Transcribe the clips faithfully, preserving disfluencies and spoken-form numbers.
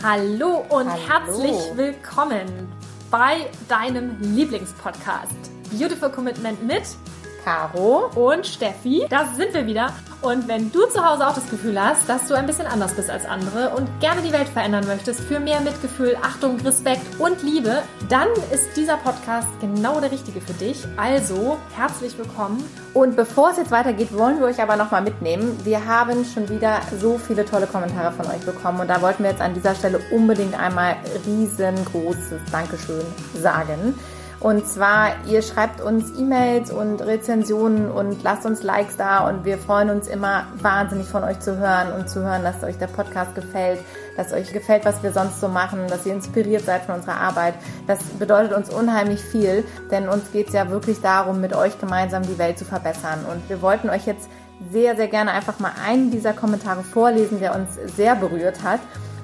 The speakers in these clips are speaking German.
Hallo und Hallo. Herzlich willkommen bei deinem Lieblingspodcast Beautiful Commitment mit Caro und Steffi. Da sind wir wieder. Und wenn du zu Hause auch das Gefühl hast, dass du ein bisschen anders bist als andere und gerne die Welt verändern möchtest für mehr Mitgefühl, Achtung, Respekt und Liebe, dann ist dieser Podcast genau der richtige für dich. Also herzlich willkommen. Und bevor es jetzt weitergeht, wollen wir euch aber nochmal mitnehmen. Wir haben schon wieder so viele tolle Kommentare von euch bekommen und da wollten wir jetzt an dieser Stelle unbedingt einmal riesengroßes Dankeschön sagen. Und zwar, ihr schreibt uns E-Mails und Rezensionen und lasst uns Likes da und wir freuen uns immer wahnsinnig von euch zu hören und zu hören, dass euch der Podcast gefällt, dass euch gefällt, was wir sonst so machen, dass ihr inspiriert seid von unserer Arbeit. Das bedeutet uns unheimlich viel, denn uns geht es ja wirklich darum, mit euch gemeinsam die Welt zu verbessern. Und wir wollten euch jetzt sehr, sehr gerne einfach mal einen dieser Kommentare vorlesen, der uns sehr berührt hat.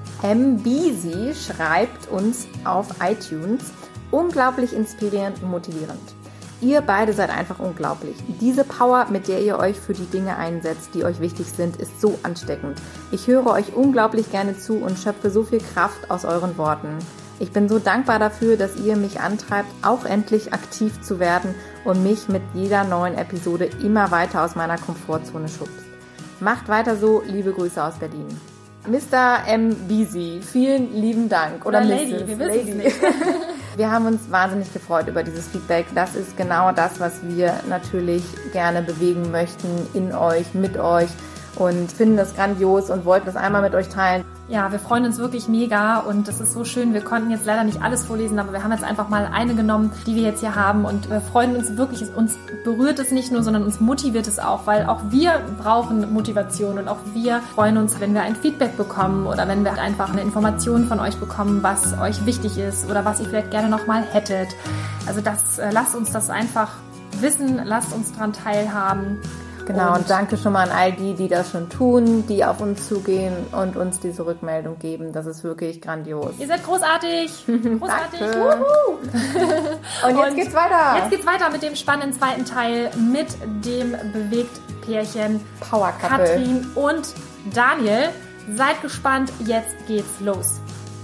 M B Z schreibt uns auf iTunes: unglaublich inspirierend und motivierend. Ihr beide seid einfach unglaublich. Diese Power, mit der ihr euch für die Dinge einsetzt, die euch wichtig sind, ist so ansteckend. Ich höre euch unglaublich gerne zu und schöpfe so viel Kraft aus euren Worten. Ich bin so dankbar dafür, dass ihr mich antreibt, auch endlich aktiv zu werden und mich mit jeder neuen Episode immer weiter aus meiner Komfortzone schubst. Macht weiter so, liebe Grüße aus Berlin. Mister M B Z, vielen lieben Dank. Oder, Oder Misses Lady, wir wissen es nicht. Wir haben uns wahnsinnig gefreut über dieses Feedback. Das ist genau das, was wir natürlich gerne bewegen möchten in euch, mit euch und finden das grandios und wollten das einmal mit euch teilen. Ja, wir freuen uns wirklich mega und das ist so schön. Wir konnten jetzt leider nicht alles vorlesen, aber wir haben jetzt einfach mal eine genommen, die wir jetzt hier haben und wir freuen uns wirklich. Uns berührt es nicht nur, sondern uns motiviert es auch, weil auch wir brauchen Motivation und auch wir freuen uns, wenn wir ein Feedback bekommen oder wenn wir einfach eine Information von euch bekommen, was euch wichtig ist oder was ihr vielleicht gerne nochmal hättet. Also das, äh, lasst uns das einfach wissen, lasst uns daran teilhaben. Genau, und, und danke schon mal an all die, die das schon tun, die auf uns zugehen und uns diese Rückmeldung geben. Das ist wirklich grandios. Ihr seid großartig. Großartig. Danke. Und jetzt und geht's weiter. Jetzt geht's weiter mit dem spannenden zweiten Teil mit dem Bewegt-Pärchen Power Couple. Katrin und Daniel. Seid gespannt, jetzt geht's los.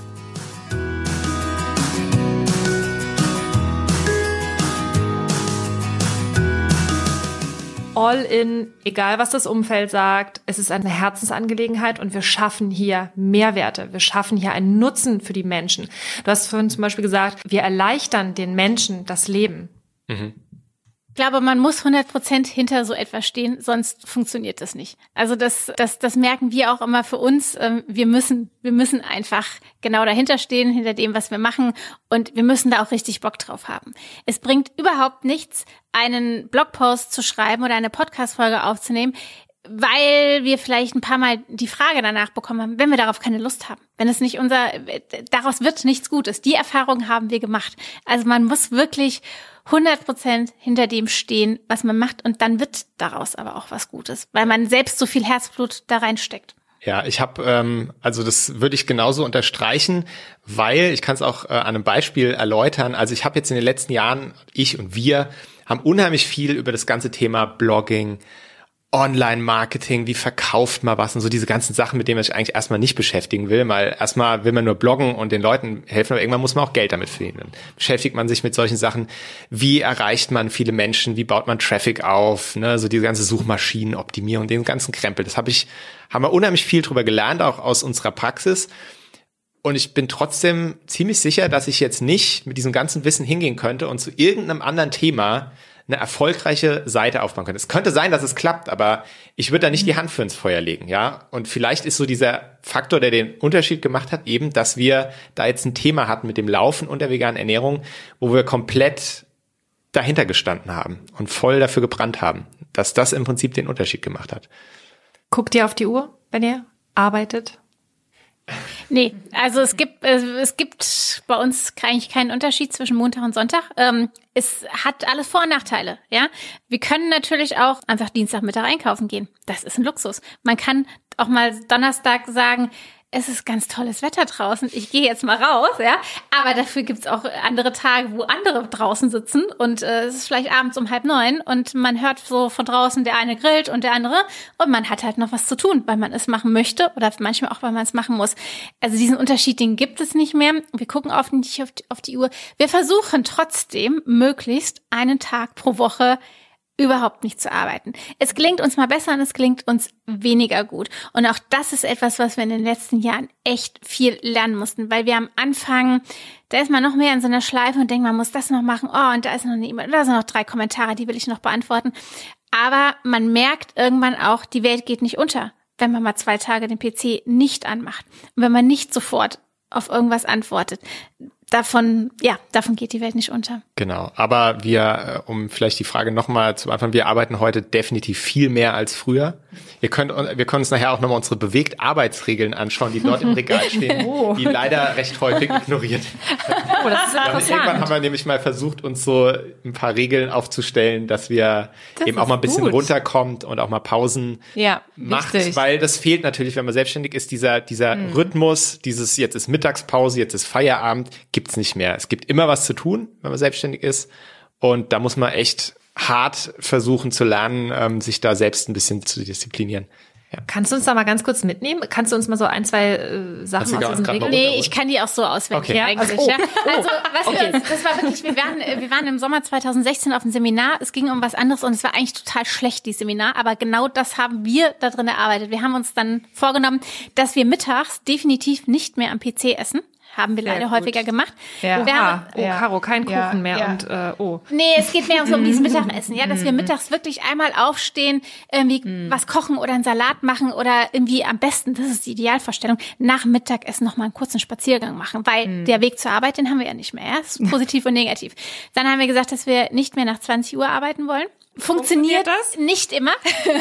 All in, egal was das Umfeld sagt, es ist eine Herzensangelegenheit und wir schaffen hier Mehrwerte. Wir schaffen hier einen Nutzen für die Menschen. Du hast vorhin zum Beispiel gesagt, wir erleichtern den Menschen das Leben. Mhm. Ich glaube, man muss hundert Prozent hinter so etwas stehen, sonst funktioniert das nicht. Also das, das, das merken wir auch immer für uns. Wir müssen, wir müssen einfach genau dahinter stehen, hinter dem, was wir machen. Und wir müssen da auch richtig Bock drauf haben. Es bringt überhaupt nichts, einen Blogpost zu schreiben oder eine Podcast-Folge aufzunehmen, weil wir vielleicht ein paar Mal die Frage danach bekommen haben, wenn wir darauf keine Lust haben. Wenn es nicht unser, daraus wird nichts Gutes. Die Erfahrung haben wir gemacht. Also man muss wirklich hundert Prozent hinter dem stehen, was man macht und dann wird daraus aber auch was Gutes, weil man selbst so viel Herzblut da reinsteckt. Ja, ich habe, ähm, also das würde ich genauso unterstreichen, weil ich kann es auch äh, an einem Beispiel erläutern. Also ich habe jetzt in den letzten Jahren, ich und wir haben unheimlich viel über das ganze Thema Blogging, Online-Marketing, wie verkauft man was und so diese ganzen Sachen, mit denen man sich eigentlich erstmal nicht beschäftigen will, weil erstmal will man nur bloggen und den Leuten helfen, aber irgendwann muss man auch Geld damit verdienen. Dann beschäftigt man sich mit solchen Sachen, wie erreicht man viele Menschen, wie baut man Traffic auf, ne, so diese ganze Suchmaschinenoptimierung, den ganzen Krempel. Das habe ich, haben wir unheimlich viel drüber gelernt, auch aus unserer Praxis. Und ich bin trotzdem ziemlich sicher, dass ich jetzt nicht mit diesem ganzen Wissen hingehen könnte und zu irgendeinem anderen Thema eine erfolgreiche Seite aufbauen könnte. Es könnte sein, dass es klappt, aber ich würde da nicht die Hand für ins Feuer legen, ja. Und vielleicht ist so dieser Faktor, der den Unterschied gemacht hat, eben, dass wir da jetzt ein Thema hatten mit dem Laufen und der veganen Ernährung, wo wir komplett dahinter gestanden haben und voll dafür gebrannt haben, dass das im Prinzip den Unterschied gemacht hat. Guckt ihr auf die Uhr, wenn ihr arbeitet? Nee, also es gibt es gibt bei uns eigentlich keinen Unterschied zwischen Montag und Sonntag. Ähm, es hat alles Vor- und Nachteile, ja. Wir können natürlich auch einfach Dienstagmittag einkaufen gehen. Das ist ein Luxus. Man kann auch mal Donnerstag sagen, es ist ganz tolles Wetter draußen, ich gehe jetzt mal raus, ja. Aber dafür gibt's auch andere Tage, wo andere draußen sitzen und äh, es ist vielleicht abends um halb neun und man hört so von draußen, der eine grillt und der andere und man hat halt noch was zu tun, weil man es machen möchte oder manchmal auch, weil man es machen muss. Also diesen Unterschied, den gibt es nicht mehr. Wir gucken auf, nicht auf die, auf die Uhr. Wir versuchen trotzdem, möglichst einen Tag pro Woche überhaupt nicht zu arbeiten. Es gelingt uns mal besser und es gelingt uns weniger gut. Und auch das ist etwas, was wir in den letzten Jahren echt viel lernen mussten, weil wir am Anfang, da ist man noch mehr in so einer Schleife und denkt, man muss das noch machen, oh, und da ist noch eine E-Mail, da sind noch drei Kommentare, die will ich noch beantworten. Aber man merkt irgendwann auch, die Welt geht nicht unter, wenn man mal zwei Tage den P C nicht anmacht und wenn man nicht sofort auf irgendwas antwortet. Davon, ja, davon geht die Welt nicht unter. Genau, aber wir, um vielleicht die Frage nochmal zu beantworten, wir arbeiten heute definitiv viel mehr als früher. Ihr könnt, wir können uns nachher auch nochmal unsere Bewegt-Arbeitsregeln anschauen, die dort im Regal stehen, oh. die leider recht häufig ignoriert werden. Oh, das ist interessant. Irgendwann haben wir nämlich mal versucht, uns so ein paar Regeln aufzustellen, dass wir das eben auch mal ein bisschen gut. runterkommt und auch mal Pausen ja, macht, richtig. Weil das fehlt natürlich, wenn man selbstständig ist, dieser, dieser mhm. Rhythmus, dieses jetzt ist Mittagspause, jetzt ist Feierabend, gibt's nicht mehr. Es gibt immer was zu tun, wenn man selbstständig ist. Und da muss man echt hart versuchen zu lernen, ähm, sich da selbst ein bisschen zu disziplinieren. Ja. Kannst du uns da mal ganz kurz mitnehmen? Kannst du uns mal so ein, zwei äh, Sachen aus diesen Regeln? Nee, ich kann die auch so auswendig okay. eigentlich. Also, oh, ja. also was okay. wir, das war wirklich, wir waren, wir waren im Sommer zwanzig sechzehn auf einem Seminar, es ging um was anderes und es war eigentlich total schlecht, die Seminar, aber genau das haben wir da drin erarbeitet. Wir haben uns dann vorgenommen, dass wir mittags definitiv nicht mehr am P C essen. Haben wir leider häufiger gemacht. Ja. Wir haben, oh, ja. Caro, kein Kuchen ja. mehr ja. und äh, oh. Nee, es geht mehr um so um dieses Mittagessen, ja, dass wir mittags wirklich einmal aufstehen, irgendwie mm. was kochen oder einen Salat machen oder irgendwie am besten, das ist die Idealvorstellung, nach dem Mittagessen noch mal einen kurzen Spaziergang machen, weil mm. der Weg zur Arbeit, den haben wir ja nicht mehr, ja? Das ist positiv und negativ. Dann haben wir gesagt, dass wir nicht mehr nach zwanzig Uhr arbeiten wollen. Funktioniert, Funktioniert das? Nicht immer.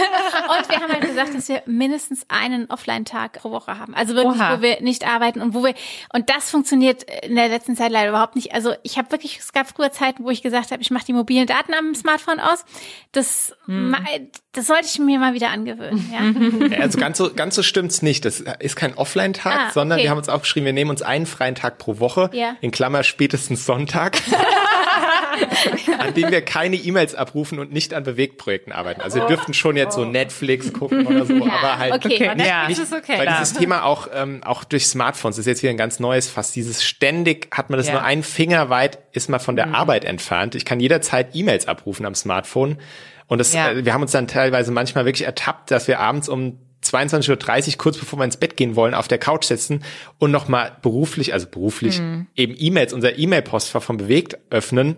Und wir haben halt gesagt, dass wir mindestens einen Offline-Tag pro Woche haben. Also wirklich, Oha. wo wir nicht arbeiten und wo wir, und das funktioniert in der letzten Zeit leider überhaupt nicht. Also ich habe wirklich, es gab früher Zeiten, wo ich gesagt habe, ich mache die mobilen Daten am Smartphone aus. Das, hm. das sollte ich mir mal wieder angewöhnen. Ja? Also ganz so, ganz so stimmt's nicht. Das ist kein Offline-Tag, ah, sondern okay. wir haben uns aufgeschrieben, wir nehmen uns einen freien Tag pro Woche, ja. in Klammer spätestens Sonntag. an dem wir keine E-Mails abrufen und nicht an Bewegtprojekten arbeiten. Also wir dürften schon jetzt so Netflix gucken oder so, ja, aber halt okay. nicht, ja. nicht ist okay, weil klar. dieses Thema auch ähm, auch durch Smartphones ist jetzt wieder ein ganz neues Fass. Dieses ständig hat man das ja. nur einen Finger weit, ist man von der mhm. Arbeit entfernt. Ich kann jederzeit E-Mails abrufen am Smartphone und das, ja. äh, wir haben uns dann teilweise manchmal wirklich ertappt, dass wir abends um zweiundzwanzig Uhr dreißig, kurz bevor wir ins Bett gehen wollen, auf der Couch sitzen und nochmal beruflich, also beruflich mhm. eben E-Mails, unser E-Mail-Postfach von Bewegt öffnen,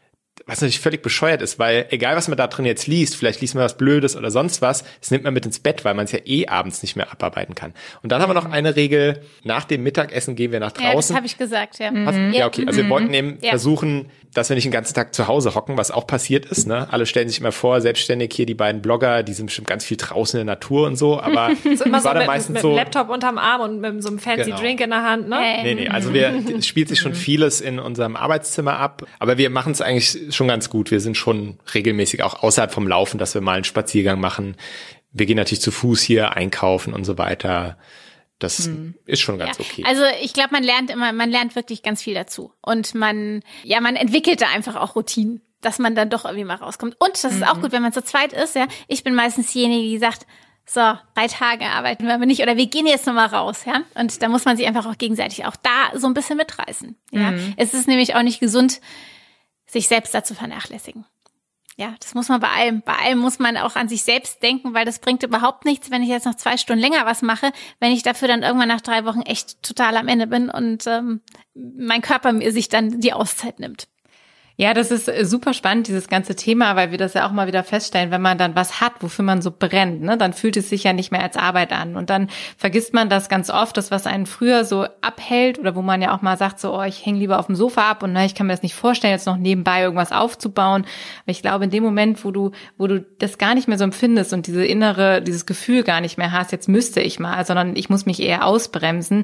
was natürlich völlig bescheuert ist, weil egal, was man da drin jetzt liest, vielleicht liest man was Blödes oder sonst was, das nimmt man mit ins Bett, weil man es ja eh abends nicht mehr abarbeiten kann. Und dann haben wir noch eine Regel, nach dem Mittagessen gehen wir nach draußen. Ja, das habe ich gesagt, ja. Was? Mhm. Ja, okay, also wir mhm. wollten eben ja. versuchen, dass wir nicht den ganzen Tag zu Hause hocken, was auch passiert ist, ne? Alle stellen sich immer vor, selbstständig hier die beiden Blogger, die sind bestimmt ganz viel draußen in der Natur und so, aber so immer war so dann mit, meistens mit so einem Laptop unterm Arm und mit so einem fancy genau. Drink in der Hand, ne? Nee, nee, also wir, es spielt sich schon vieles in unserem Arbeitszimmer ab, aber wir machen es eigentlich schon ganz gut. Wir sind schon regelmäßig auch außerhalb vom Laufen, dass wir mal einen Spaziergang machen. Wir gehen natürlich zu Fuß hier einkaufen und so weiter. Das hm. ist schon ganz ja. okay. Also ich glaube, man lernt immer, man lernt wirklich ganz viel dazu. Und man, ja, man entwickelt da einfach auch Routinen, dass man dann doch irgendwie mal rauskommt. Und das ist mhm. auch gut, wenn man zu zweit ist, ja. Ich bin meistens diejenige, die sagt, so, drei Tage arbeiten wir aber nicht oder wir gehen jetzt nochmal raus, ja. Und da muss man sich einfach auch gegenseitig auch da so ein bisschen mitreißen, ja. Mhm. Es ist nämlich auch nicht gesund, sich selbst da zu vernachlässigen. Ja, das muss man bei allem. Bei allem muss man auch an sich selbst denken, weil das bringt überhaupt nichts, wenn ich jetzt noch zwei Stunden länger was mache, wenn ich dafür dann irgendwann nach drei Wochen echt total am Ende bin und ähm, mein Körper mir sich dann die Auszeit nimmt. Ja, das ist super spannend, dieses ganze Thema, weil wir das ja auch mal wieder feststellen, wenn man dann was hat, wofür man so brennt, ne, dann fühlt es sich ja nicht mehr als Arbeit an. Und dann vergisst man das ganz oft, das, was einen früher so abhält oder wo man ja auch mal sagt, so, oh, ich hänge lieber auf dem Sofa ab und na, ich kann mir das nicht vorstellen, jetzt noch nebenbei irgendwas aufzubauen. Aber ich glaube, in dem Moment, wo du, wo du das gar nicht mehr so empfindest und diese innere, dieses Gefühl gar nicht mehr hast, jetzt müsste ich mal, sondern ich muss mich eher ausbremsen,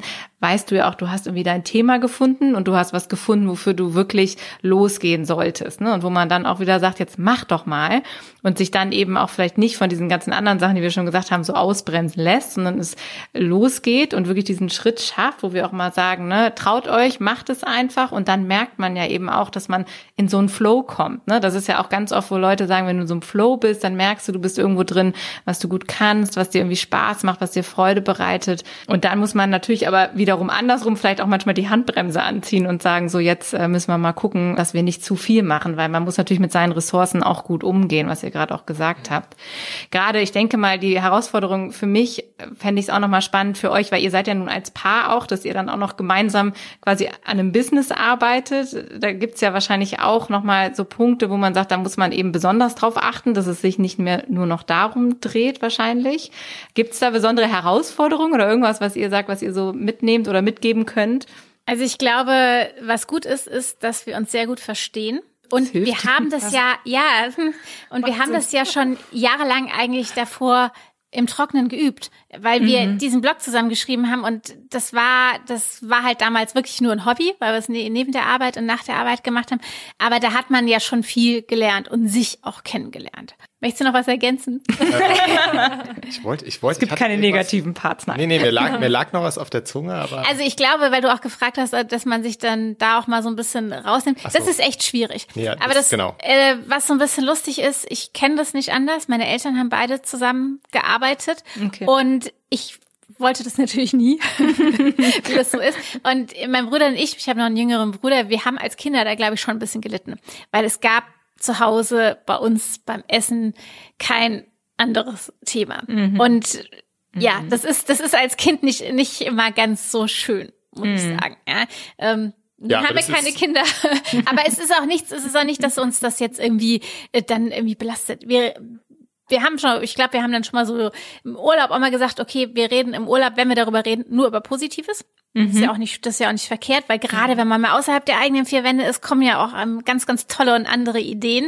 weißt du ja auch, du hast irgendwie dein Thema gefunden und du hast was gefunden, wofür du wirklich losgehen solltest, ne? Und wo man dann auch wieder sagt, jetzt mach doch mal und sich dann eben auch vielleicht nicht von diesen ganzen anderen Sachen, die wir schon gesagt haben, so ausbremsen lässt, sondern es losgeht und wirklich diesen Schritt schafft, wo wir auch mal sagen, ne, traut euch, macht es einfach und dann merkt man ja eben auch, dass man in so einen Flow kommt, ne? Das ist ja auch ganz oft, wo Leute sagen, wenn du in so einem Flow bist, dann merkst du, du bist irgendwo drin, was du gut kannst, was dir irgendwie Spaß macht, was dir Freude bereitet. Und dann muss man natürlich aber wiederum andersrum vielleicht auch manchmal die Handbremse anziehen und sagen, so jetzt äh, müssen wir mal gucken, dass wir nicht zu viel machen, weil man muss natürlich mit seinen Ressourcen auch gut umgehen, was ihr gerade auch gesagt habt. Gerade, ich denke mal, die Herausforderung für mich, fände ich es auch nochmal spannend für euch, weil ihr seid ja nun als Paar auch, dass ihr dann auch noch gemeinsam quasi an einem Business arbeitet. Da gibt's ja wahrscheinlich auch nochmal so Punkte, wo man sagt, da muss man eben besonders drauf achten, dass es sich nicht mehr nur noch darum dreht wahrscheinlich. Gibt's da besondere Herausforderungen oder irgendwas, was ihr sagt, was ihr so mitnehmt oder mitgeben könnt? Also ich glaube, was gut ist, ist, dass wir uns sehr gut verstehen. Und wir haben das ja, ja, und wir haben das ja schon jahrelang eigentlich davor im Trockenen geübt, weil wir mhm. diesen Blog zusammengeschrieben haben und das war, das war halt damals wirklich nur ein Hobby, weil wir es neben der Arbeit und nach der Arbeit gemacht haben. Aber da hat man ja schon viel gelernt und sich auch kennengelernt. Möchtest du noch was ergänzen? Äh, ich wollte, ich wollte. Es gibt keine negativen Parts, nein. Nee, nee, mir lag, mir lag noch was auf der Zunge, aber. Also ich glaube, weil du auch gefragt hast, dass man sich dann da auch mal so ein bisschen rausnimmt. So. Das ist echt schwierig. Ja, aber das, genau. äh, was so ein bisschen lustig ist, ich kenne das nicht anders. Meine Eltern haben beide zusammen gearbeitet. Okay. Und ich wollte das natürlich nie, wie das so ist. Und mein Bruder und ich, ich habe noch einen jüngeren Bruder, wir haben als Kinder da, glaube ich, schon ein bisschen gelitten. Weil es gab zu Hause bei uns beim Essen kein anderes Thema. Mhm. Und ja, mhm. das ist das ist als Kind nicht nicht immer ganz so schön, muss mhm. ich sagen. Ja, ähm, ja, haben wir keine Kinder, aber es ist auch nichts, es ist auch nicht, dass uns das jetzt irgendwie äh, dann irgendwie belastet. Wir Wir haben schon, ich glaube, wir haben dann schon mal so im Urlaub auch mal gesagt, okay, wir reden im Urlaub, wenn wir darüber reden, nur über Positives. Mhm. Das ist ja auch nicht, das ist ja auch nicht verkehrt, weil gerade wenn man mal außerhalb der eigenen vier Wände ist, kommen ja auch um, ganz, ganz tolle und andere Ideen.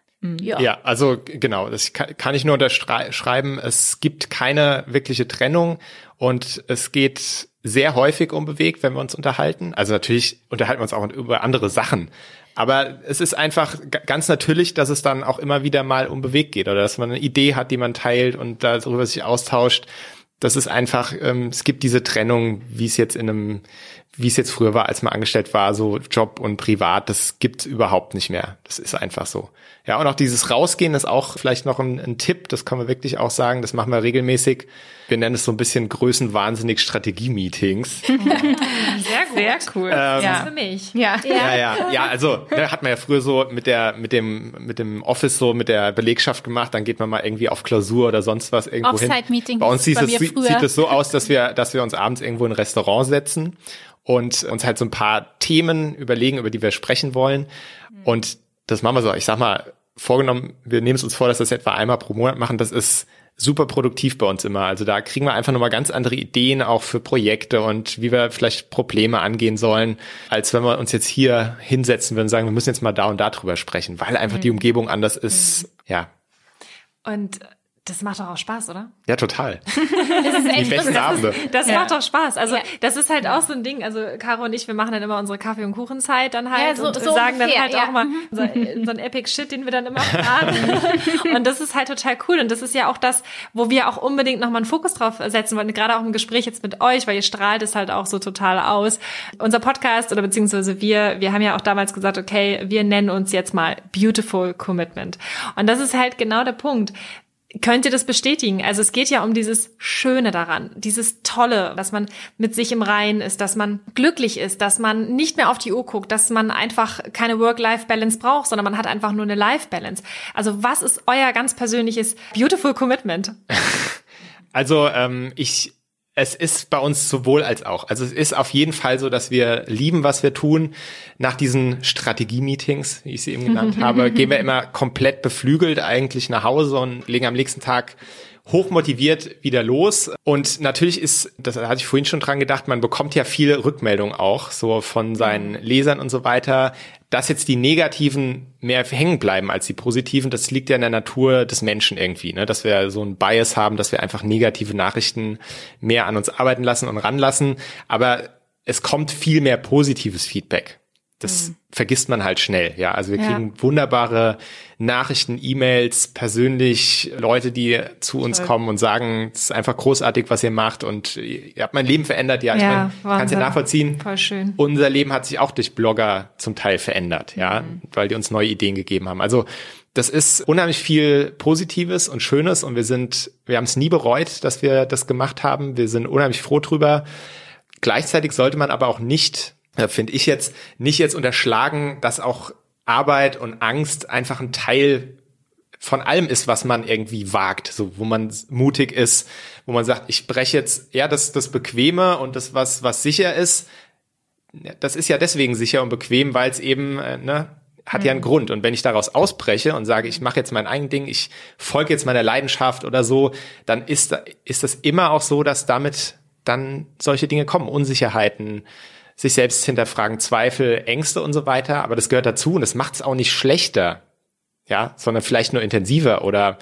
Ja. ja, also genau, das kann, kann ich nur unterschreiben. Es gibt keine wirkliche Trennung und es geht sehr häufig unbewegt, wenn wir uns unterhalten. Also natürlich unterhalten wir uns auch über andere Sachen. Aber es ist einfach ganz natürlich, dass es dann auch immer wieder mal unbewegt geht oder dass man eine Idee hat, die man teilt und darüber sich austauscht. Das ist einfach, ähm, es gibt diese Trennung, wie es jetzt in einem, wie es jetzt früher war, als man angestellt war, so Job und Privat, das gibt's überhaupt nicht mehr. Das ist einfach so. Ja, und auch dieses Rausgehen ist auch vielleicht noch ein, ein Tipp, das kann man wirklich auch sagen, das machen wir regelmäßig. Wir nennen es so ein bisschen größenwahnsinnig Strategie-Meetings. Sehr gut. Sehr cool. Ähm, das ist für mich. Ja, ja, ja. Ja, also ne, hat man ja früher so mit der, mit dem, mit dem Office so mit der Belegschaft gemacht. Dann geht man mal irgendwie auf Klausur oder sonst was irgendwo hin. Offsite-Meeting. Bei uns sieht es, sieht es so aus, dass wir, dass wir uns abends irgendwo in ein Restaurant setzen und uns halt so ein paar Themen überlegen, über die wir sprechen wollen. Und das machen wir so. Ich sag mal vorgenommen, wir nehmen es uns vor, dass wir das etwa einmal pro Monat machen. Das ist super produktiv bei uns immer. Also da kriegen wir einfach nochmal ganz andere Ideen auch für Projekte und wie wir vielleicht Probleme angehen sollen, als wenn wir uns jetzt hier hinsetzen würden und sagen, wir müssen jetzt mal da und da drüber sprechen, weil einfach mhm. die Umgebung anders ist. Mhm. Ja. Und das macht doch auch Spaß, oder? Ja, total. Das ist echt die besten das Abende. Ist, das ja. macht doch Spaß. Also ja. das ist halt auch so ein Ding. Also Caro und ich, wir machen dann immer unsere Kaffee- und Kuchenzeit dann halt ja, so, und so sagen ungefähr, dann halt ja. auch mal so, so ein Epic Shit, den wir dann immer haben. Und das ist halt total cool. Und das ist ja auch das, wo wir auch unbedingt nochmal einen Fokus drauf setzen wollen. Gerade auch im Gespräch jetzt mit euch, weil ihr strahlt es halt auch so total aus. Unser Podcast oder beziehungsweise wir, wir haben ja auch damals gesagt, okay, wir nennen uns jetzt mal Beautiful Commitment. Und das ist halt genau der Punkt. Könnt ihr das bestätigen? Also es geht ja um dieses Schöne daran, dieses Tolle, dass man mit sich im Reinen ist, dass man glücklich ist, dass man nicht mehr auf die Uhr guckt, dass man einfach keine Work-Life-Balance braucht, sondern man hat einfach nur eine Life-Balance. Also was ist euer ganz persönliches Beautiful Commitment? Also ähm, ich es ist bei uns sowohl als auch. Also es ist auf jeden Fall so, dass wir lieben, was wir tun. Nach diesen Strategie-Meetings, wie ich sie eben genannt habe, gehen wir immer komplett beflügelt eigentlich nach Hause und legen am nächsten Tag hochmotiviert wieder los. Und natürlich ist, das hatte ich vorhin schon dran gedacht, man bekommt ja viele Rückmeldungen auch so von seinen Lesern und so weiter, dass jetzt die Negativen mehr hängen bleiben als die Positiven. Das liegt ja in der Natur des Menschen irgendwie, ne? Dass wir so ein Bias haben, dass wir einfach negative Nachrichten mehr an uns arbeiten lassen und ranlassen. Aber es kommt viel mehr positives Feedback. Das mhm. vergisst man halt schnell, ja. Also wir kriegen ja. wunderbare Nachrichten, E-Mails, persönlich Leute, die zu uns Toll. kommen und sagen, es ist einfach großartig, was ihr macht und ihr habt mein Leben verändert. Ja, ich ja, meine, kannst ja nachvollziehen. Voll schön. Unser Leben hat sich auch durch Blogger zum Teil verändert, ja, mhm. weil die uns neue Ideen gegeben haben. Also das ist unheimlich viel Positives und Schönes und wir sind, wir haben es nie bereut, dass wir das gemacht haben. Wir sind unheimlich froh drüber. Gleichzeitig sollte man aber auch nicht, finde ich jetzt, nicht jetzt unterschlagen, dass auch Arbeit und Angst einfach ein Teil von allem ist, was man irgendwie wagt, so wo man mutig ist, wo man sagt, ich breche jetzt, ja, das das Bequeme und das, was was sicher ist, das ist ja deswegen sicher und bequem, weil es eben, äh, ne, hat mhm. ja einen Grund. Und wenn ich daraus ausbreche und sage, ich mache jetzt mein eigenes Ding, ich folge jetzt meiner Leidenschaft oder so, dann ist ist das immer auch so, dass damit dann solche Dinge kommen, Unsicherheiten, sich selbst hinterfragen, Zweifel, Ängste und so weiter. Aber das gehört dazu und das macht es auch nicht schlechter, ja, sondern vielleicht nur intensiver oder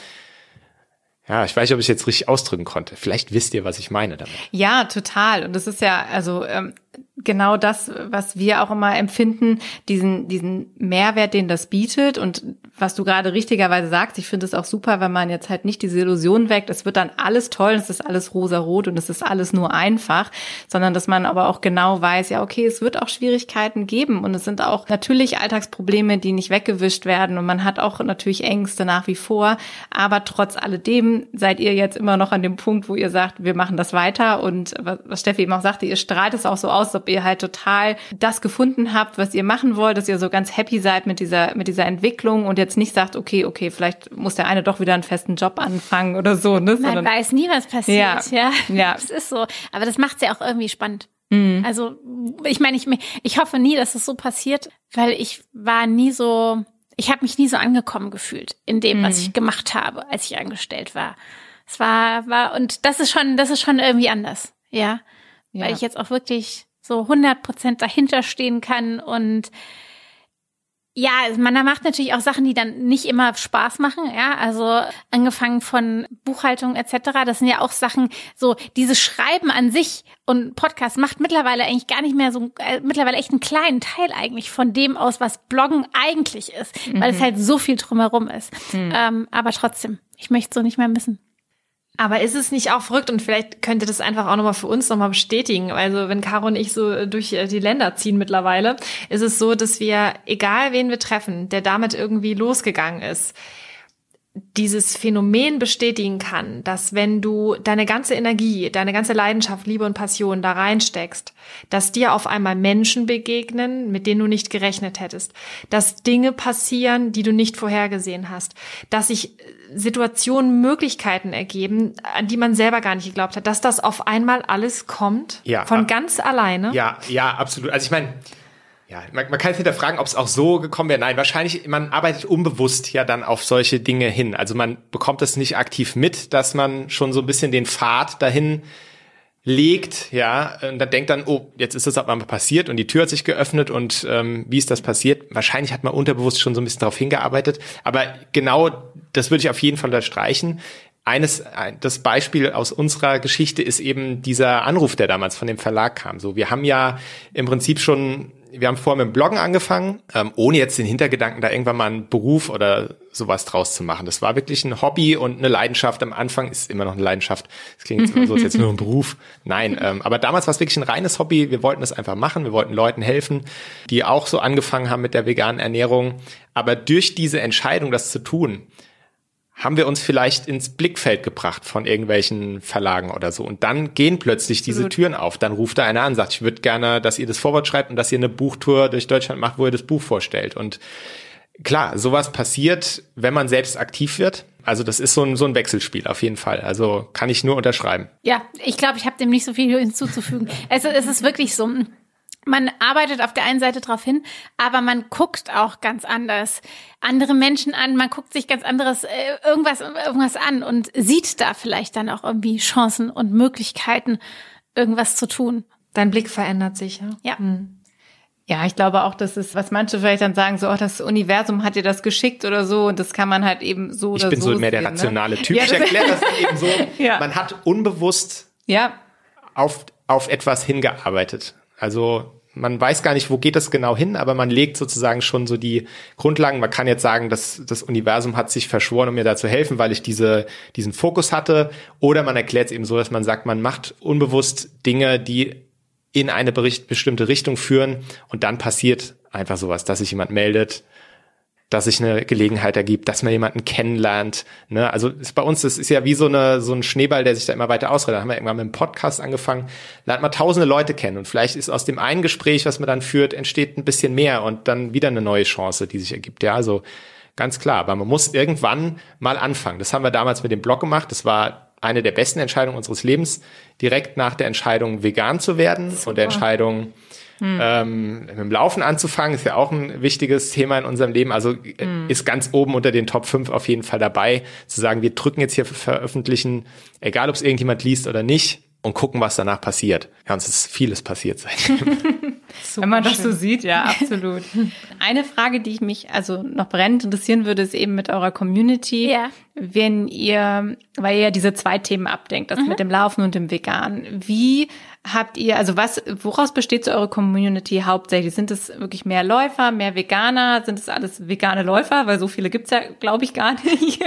ja, ich weiß nicht, ob ich es jetzt richtig ausdrücken konnte. Vielleicht wisst ihr, was ich meine damit. Ja, total. Und das ist ja also ähm, genau das, was wir auch immer empfinden, diesen diesen Mehrwert, den das bietet. Und was du gerade richtigerweise sagst, ich finde es auch super, wenn man jetzt halt nicht diese Illusion weckt, es wird dann alles toll, es ist alles rosarot und es ist alles nur einfach, sondern dass man aber auch genau weiß, ja okay, es wird auch Schwierigkeiten geben und es sind auch natürlich Alltagsprobleme, die nicht weggewischt werden und man hat auch natürlich Ängste nach wie vor, aber trotz alledem seid ihr jetzt immer noch an dem Punkt, wo ihr sagt, wir machen das weiter und was Steffi eben auch sagte, ihr strahlt es auch so aus, ob ihr halt total das gefunden habt, was ihr machen wollt, dass ihr so ganz happy seid mit dieser mit dieser Entwicklung und jetzt nicht sagt, okay, okay, vielleicht muss der eine doch wieder einen festen Job anfangen oder so. Ne? Man Sondern, weiß nie, was passiert. Ja, ja. ja. Das ist so. Aber das macht es ja auch irgendwie spannend. Mhm. Also ich meine, ich, ich hoffe nie, dass es so passiert, weil ich war nie so, ich habe mich nie so angekommen gefühlt in dem, was ich gemacht habe, als ich angestellt war. Es war, war, und das ist schon, das ist schon irgendwie anders. Ja. ja. Weil ich jetzt auch wirklich so hundert Prozent dahinter stehen kann und ja, man macht natürlich auch Sachen, die dann nicht immer Spaß machen, ja, also angefangen von Buchhaltung et cetera. Das sind ja auch Sachen, so dieses Schreiben an sich und Podcast macht mittlerweile eigentlich gar nicht mehr so, äh, mittlerweile echt einen kleinen Teil eigentlich von dem aus, was Bloggen eigentlich ist, mhm. weil es halt so viel drumherum ist. Mhm. Ähm, aber trotzdem, ich möchte es so nicht mehr missen. Aber ist es nicht auch verrückt und vielleicht könnt ihr das einfach auch nochmal für uns nochmal bestätigen. Also wenn Caro und ich so durch die Länder ziehen mittlerweile, ist es so, dass wir, egal wen wir treffen, der damit irgendwie losgegangen ist, dieses Phänomen bestätigen kann, dass wenn du deine ganze Energie, deine ganze Leidenschaft, Liebe und Passion da reinsteckst, dass dir auf einmal Menschen begegnen, mit denen du nicht gerechnet hättest, dass Dinge passieren, die du nicht vorhergesehen hast, dass sich Situationen, Möglichkeiten ergeben, an die man selber gar nicht geglaubt hat, dass das auf einmal alles kommt, ja, von ganz alleine. Ja, ja, absolut. Also ich meine, ja, man, man kann jetzt hinterfragen, ob es auch so gekommen wäre. Nein, wahrscheinlich, man arbeitet unbewusst ja dann auf solche Dinge hin. Also man bekommt es nicht aktiv mit, dass man schon so ein bisschen den Pfad dahin legt, ja, und dann denkt dann, oh, jetzt ist das aber mal passiert und die Tür hat sich geöffnet und ähm, wie ist das passiert? Wahrscheinlich hat man unterbewusst schon so ein bisschen darauf hingearbeitet, aber genau das würde ich auf jeden Fall unterstreichen. Eines, das Beispiel aus unserer Geschichte ist eben dieser Anruf, der damals von dem Verlag kam. So, wir haben ja im Prinzip schon, wir haben vorher mit dem Bloggen angefangen, ähm, ohne jetzt den Hintergedanken, da irgendwann mal einen Beruf oder sowas draus zu machen. Das war wirklich ein Hobby und eine Leidenschaft. Am Anfang ist immer noch eine Leidenschaft. Das klingt jetzt immer so, als jetzt nur ein Beruf. Nein, ähm, aber damals war es wirklich ein reines Hobby. Wir wollten das einfach machen. Wir wollten Leuten helfen, die auch so angefangen haben mit der veganen Ernährung. Aber durch diese Entscheidung, das zu tun, haben wir uns vielleicht ins Blickfeld gebracht von irgendwelchen Verlagen oder so. Und dann gehen plötzlich diese Absolut. Türen auf. Dann ruft da einer an und sagt, ich würde gerne, dass ihr das Vorwort schreibt und dass ihr eine Buchtour durch Deutschland macht, wo ihr das Buch vorstellt. Und klar, sowas passiert, wenn man selbst aktiv wird. Also das ist so ein, so ein Wechselspiel auf jeden Fall. Also kann ich nur unterschreiben. Ja, ich glaube, ich habe dem nicht so viel hinzuzufügen. Also es ist wirklich so, man arbeitet auf der einen Seite drauf hin, aber man guckt auch ganz anders andere Menschen an, man guckt sich ganz anderes äh, irgendwas irgendwas an und sieht da vielleicht dann auch irgendwie Chancen und Möglichkeiten, irgendwas zu tun. Dein Blick verändert sich, ja? Ja. Hm. Ja, ich glaube auch, das ist, was manche vielleicht dann sagen, so, oh, das Universum hat dir das geschickt oder so und das kann man halt eben so oder so Ich bin so mehr sehen, der rationale ne? Typ. Ja, ich erkläre das eben so, ja. Man hat unbewusst ja. auf, auf etwas hingearbeitet. Also man weiß gar nicht, wo geht das genau hin, aber man legt sozusagen schon so die Grundlagen. Man kann jetzt sagen, dass das Universum hat sich verschworen, um mir da zu helfen, weil ich diese diesen Fokus hatte. Oder man erklärt es eben so, dass man sagt, man macht unbewusst Dinge, die in eine bestimmte Richtung führen und dann passiert einfach sowas, dass sich jemand meldet, dass sich eine Gelegenheit ergibt, dass man jemanden kennenlernt. Ne? Also ist bei uns, das ist ja wie so eine so ein Schneeball, der sich da immer weiter ausredet. Da haben wir irgendwann mit einem Podcast angefangen, lernt man tausende Leute kennen und vielleicht ist aus dem einen Gespräch, was man dann führt, entsteht ein bisschen mehr und dann wieder eine neue Chance, die sich ergibt. Ja, also ganz klar, aber man muss irgendwann mal anfangen. Das haben wir damals mit dem Blog gemacht. Das war eine der besten Entscheidungen unseres Lebens, direkt nach der Entscheidung, vegan zu werden. Super. Und der Entscheidung, Hm. Ähm, mit dem Laufen anzufangen, ist ja auch ein wichtiges Thema in unserem Leben. Also hm. ist ganz oben unter den Top fünf auf jeden Fall dabei, zu sagen, wir drücken jetzt hier veröffentlichen, egal ob es irgendjemand liest oder nicht, und gucken, was danach passiert. Ja, uns ist vieles passiert seitdem. Wenn man das so sieht, ja, absolut. Eine Frage, die ich mich also noch brennend interessieren würde, ist eben mit eurer Community, ja. wenn ihr, weil ihr ja diese zwei Themen abdenkt, das mhm. mit dem Laufen und dem Vegan. Wie habt ihr, also was, woraus besteht so eure Community hauptsächlich? Sind es wirklich mehr Läufer, mehr Veganer? Sind es alles vegane Läufer? Weil so viele gibt's ja, glaube ich, gar nicht.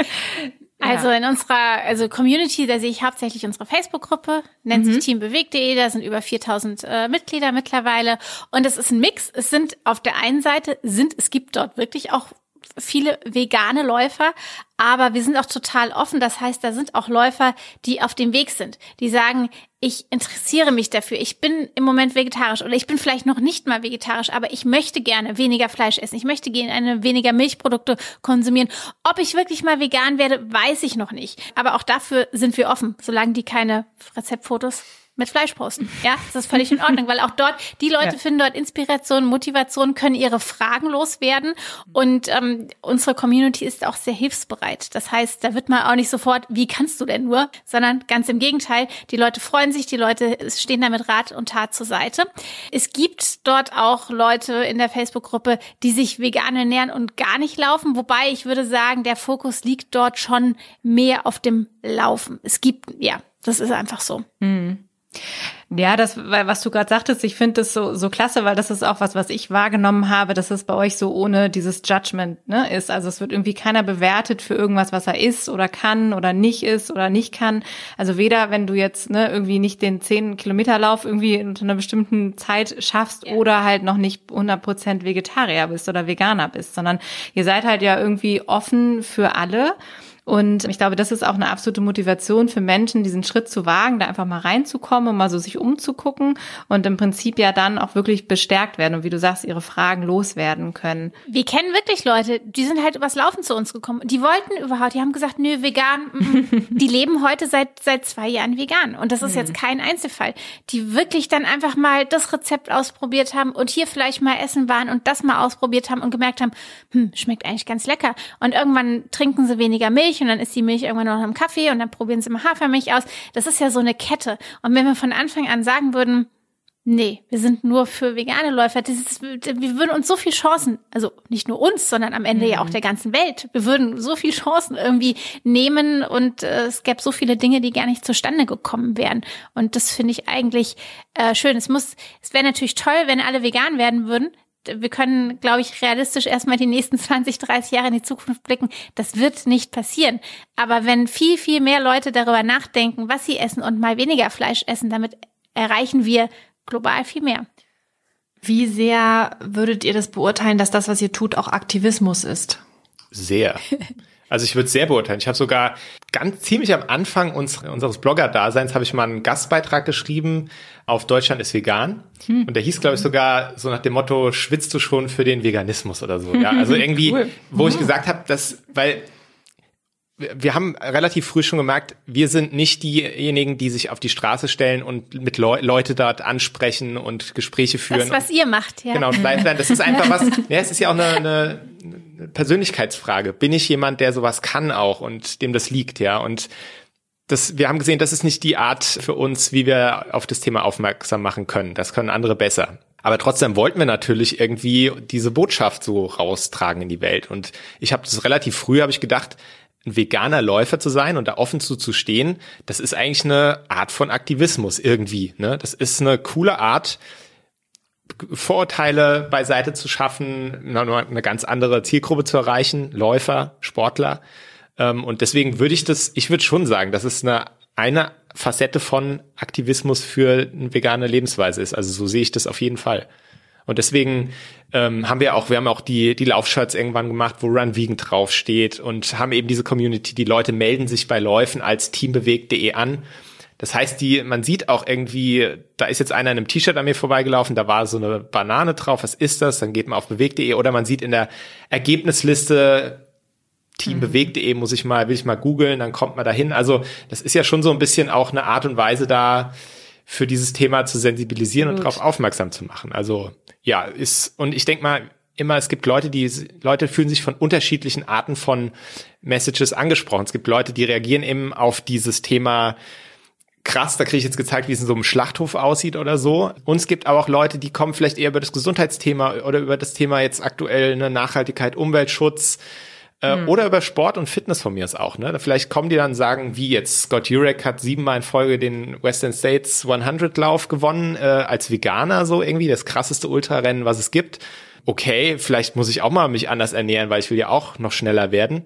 Also in unserer also Community, da sehe ich hauptsächlich unsere Facebook-Gruppe, nennt mhm. sich team bewegt punkt de, da sind über viertausend äh, Mitglieder mittlerweile und es ist ein Mix. Es sind auf der einen Seite, sind es gibt dort wirklich auch viele vegane Läufer, aber wir sind auch total offen. Das heißt, da sind auch Läufer, die auf dem Weg sind, die sagen, ich interessiere mich dafür, ich bin im Moment vegetarisch oder ich bin vielleicht noch nicht mal vegetarisch, aber ich möchte gerne weniger Fleisch essen, ich möchte gerne weniger Milchprodukte konsumieren. Ob ich wirklich mal vegan werde, weiß ich noch nicht. Aber auch dafür sind wir offen, solange die keine Rezeptfotos mit Fleisch posten. Ja, das ist völlig in Ordnung, weil auch dort, die Leute ja. finden dort Inspiration, Motivation, können ihre Fragen loswerden und ähm, unsere Community ist auch sehr hilfsbereit. Das heißt, da wird man auch nicht sofort, wie kannst du denn nur, sondern ganz im Gegenteil, die Leute freuen sich, die Leute stehen da mit Rat und Tat zur Seite. Es gibt dort auch Leute in der Facebook-Gruppe, die sich vegan ernähren und gar nicht laufen, wobei ich würde sagen, der Fokus liegt dort schon mehr auf dem Laufen. Es gibt, ja, das ist einfach so. Mhm. Ja, das, was du gerade sagtest, ich finde das so so klasse, weil das ist auch was, was ich wahrgenommen habe, dass es bei euch so ohne dieses Judgment ne, ist. Also es wird irgendwie keiner bewertet für irgendwas, was er ist oder kann oder nicht ist oder nicht kann. Also weder, wenn du jetzt ne irgendwie nicht den zehn Kilometer Lauf irgendwie unter einer bestimmten Zeit schaffst ja. oder halt noch nicht hundert Prozent Vegetarier bist oder Veganer bist, sondern ihr seid halt ja irgendwie offen für alle. Und ich glaube, das ist auch eine absolute Motivation für Menschen, diesen Schritt zu wagen, da einfach mal reinzukommen und mal so sich umzugucken und im Prinzip ja dann auch wirklich bestärkt werden und wie du sagst, ihre Fragen loswerden können. Wir kennen wirklich Leute, die sind halt übers Laufen zu uns gekommen. Die wollten überhaupt, die haben gesagt, nö, vegan. Die leben heute seit seit zwei Jahren vegan. Und das ist jetzt kein Einzelfall. Die wirklich dann einfach mal das Rezept ausprobiert haben und hier vielleicht mal essen waren und das mal ausprobiert haben und gemerkt haben, hm, schmeckt eigentlich ganz lecker. Und irgendwann trinken sie weniger Milch und dann ist die Milch irgendwann noch im Kaffee und dann probieren sie mal Hafermilch aus. Das ist ja so eine Kette. Und wenn wir von Anfang an sagen würden, nee, wir sind nur für vegane Läufer, das ist, wir würden uns so viel Chancen, also nicht nur uns, sondern am Ende mhm. ja auch der ganzen Welt, wir würden so viel Chancen irgendwie nehmen und äh, es gäbe so viele Dinge, die gar nicht zustande gekommen wären. Und das finde ich eigentlich äh, schön. Es muss, es wäre natürlich toll, wenn alle vegan werden würden. Wir können, glaube ich, realistisch erstmal die nächsten zwanzig, dreißig Jahre in die Zukunft blicken. Das wird nicht passieren. Aber wenn viel, viel mehr Leute darüber nachdenken, was sie essen und mal weniger Fleisch essen, damit erreichen wir global viel mehr. Wie sehr würdet ihr das beurteilen, dass das, was ihr tut, auch Aktivismus ist? Sehr. Also ich würde es sehr beurteilen. Ich habe sogar ganz ziemlich am Anfang uns, unseres Blogger-Daseins habe ich mal einen Gastbeitrag geschrieben auf Deutschland ist vegan. Hm. Und der hieß, glaube ich, sogar so nach dem Motto, schwitzt du schon für den Veganismus oder so. Ja, also irgendwie, cool. wo ich gesagt habe, dass, weil wir haben relativ früh schon gemerkt, wir sind nicht diejenigen, die sich auf die Straße stellen und mit Leu- Leute dort ansprechen und Gespräche führen. Das, was ihr macht, ja. Genau, das ist einfach was, ja, es ist ja auch eine, eine Persönlichkeitsfrage. Bin ich jemand, der sowas kann auch und dem das liegt, ja? Und das, wir haben gesehen, das ist nicht die Art für uns, wie wir auf das Thema aufmerksam machen können. Das können andere besser. Aber trotzdem wollten wir natürlich irgendwie diese Botschaft so raustragen in die Welt. Und ich habe das relativ früh, habe ich gedacht, ein veganer Läufer zu sein und da offen zu, zu stehen, das ist eigentlich eine Art von Aktivismus irgendwie. Ne? Das ist eine coole Art, Vorurteile beiseite zu schaffen, eine ganz andere Zielgruppe zu erreichen, Läufer, Sportler. Und deswegen würde ich das, ich würde schon sagen, dass es eine, eine Facette von Aktivismus für eine vegane Lebensweise ist. Also so sehe ich das auf jeden Fall. Und deswegen ähm, haben wir auch, wir haben auch die die Laufshirts irgendwann gemacht, wo Run Vegan draufsteht und haben eben diese Community, die Leute melden sich bei Läufen als teambewegt punkt de an. Das heißt, die, man sieht auch irgendwie, da ist jetzt einer in einem T-Shirt an mir vorbeigelaufen, da war so eine Banane drauf, was ist das? Dann geht man auf bewegt punkt de oder man sieht in der Ergebnisliste teambewegt punkt de, muss ich mal, will ich mal googeln, dann kommt man dahin. Also das ist ja schon so ein bisschen auch eine Art und Weise da, für dieses Thema zu sensibilisieren Gut. und darauf aufmerksam zu machen. Also ja, ist, und ich denke mal immer, es gibt Leute, die, Leute fühlen sich von unterschiedlichen Arten von Messages angesprochen. Es gibt Leute, die reagieren eben auf dieses Thema krass, da kriege ich jetzt gezeigt, wie es in so einem Schlachthof aussieht oder so. Und es gibt aber auch Leute, die kommen vielleicht eher über das Gesundheitsthema oder über das Thema jetzt aktuell eine Nachhaltigkeit, Umweltschutz, Äh, hm. oder über Sport und Fitness von mir ist auch, ne? Vielleicht kommen die dann und sagen, wie jetzt Scott Jurek hat siebenmal in Folge den Western States hundert Lauf gewonnen, äh, als Veganer so irgendwie, das krasseste Ultrarennen, was es gibt. Okay, vielleicht muss ich auch mal mich anders ernähren, weil ich will ja auch noch schneller werden.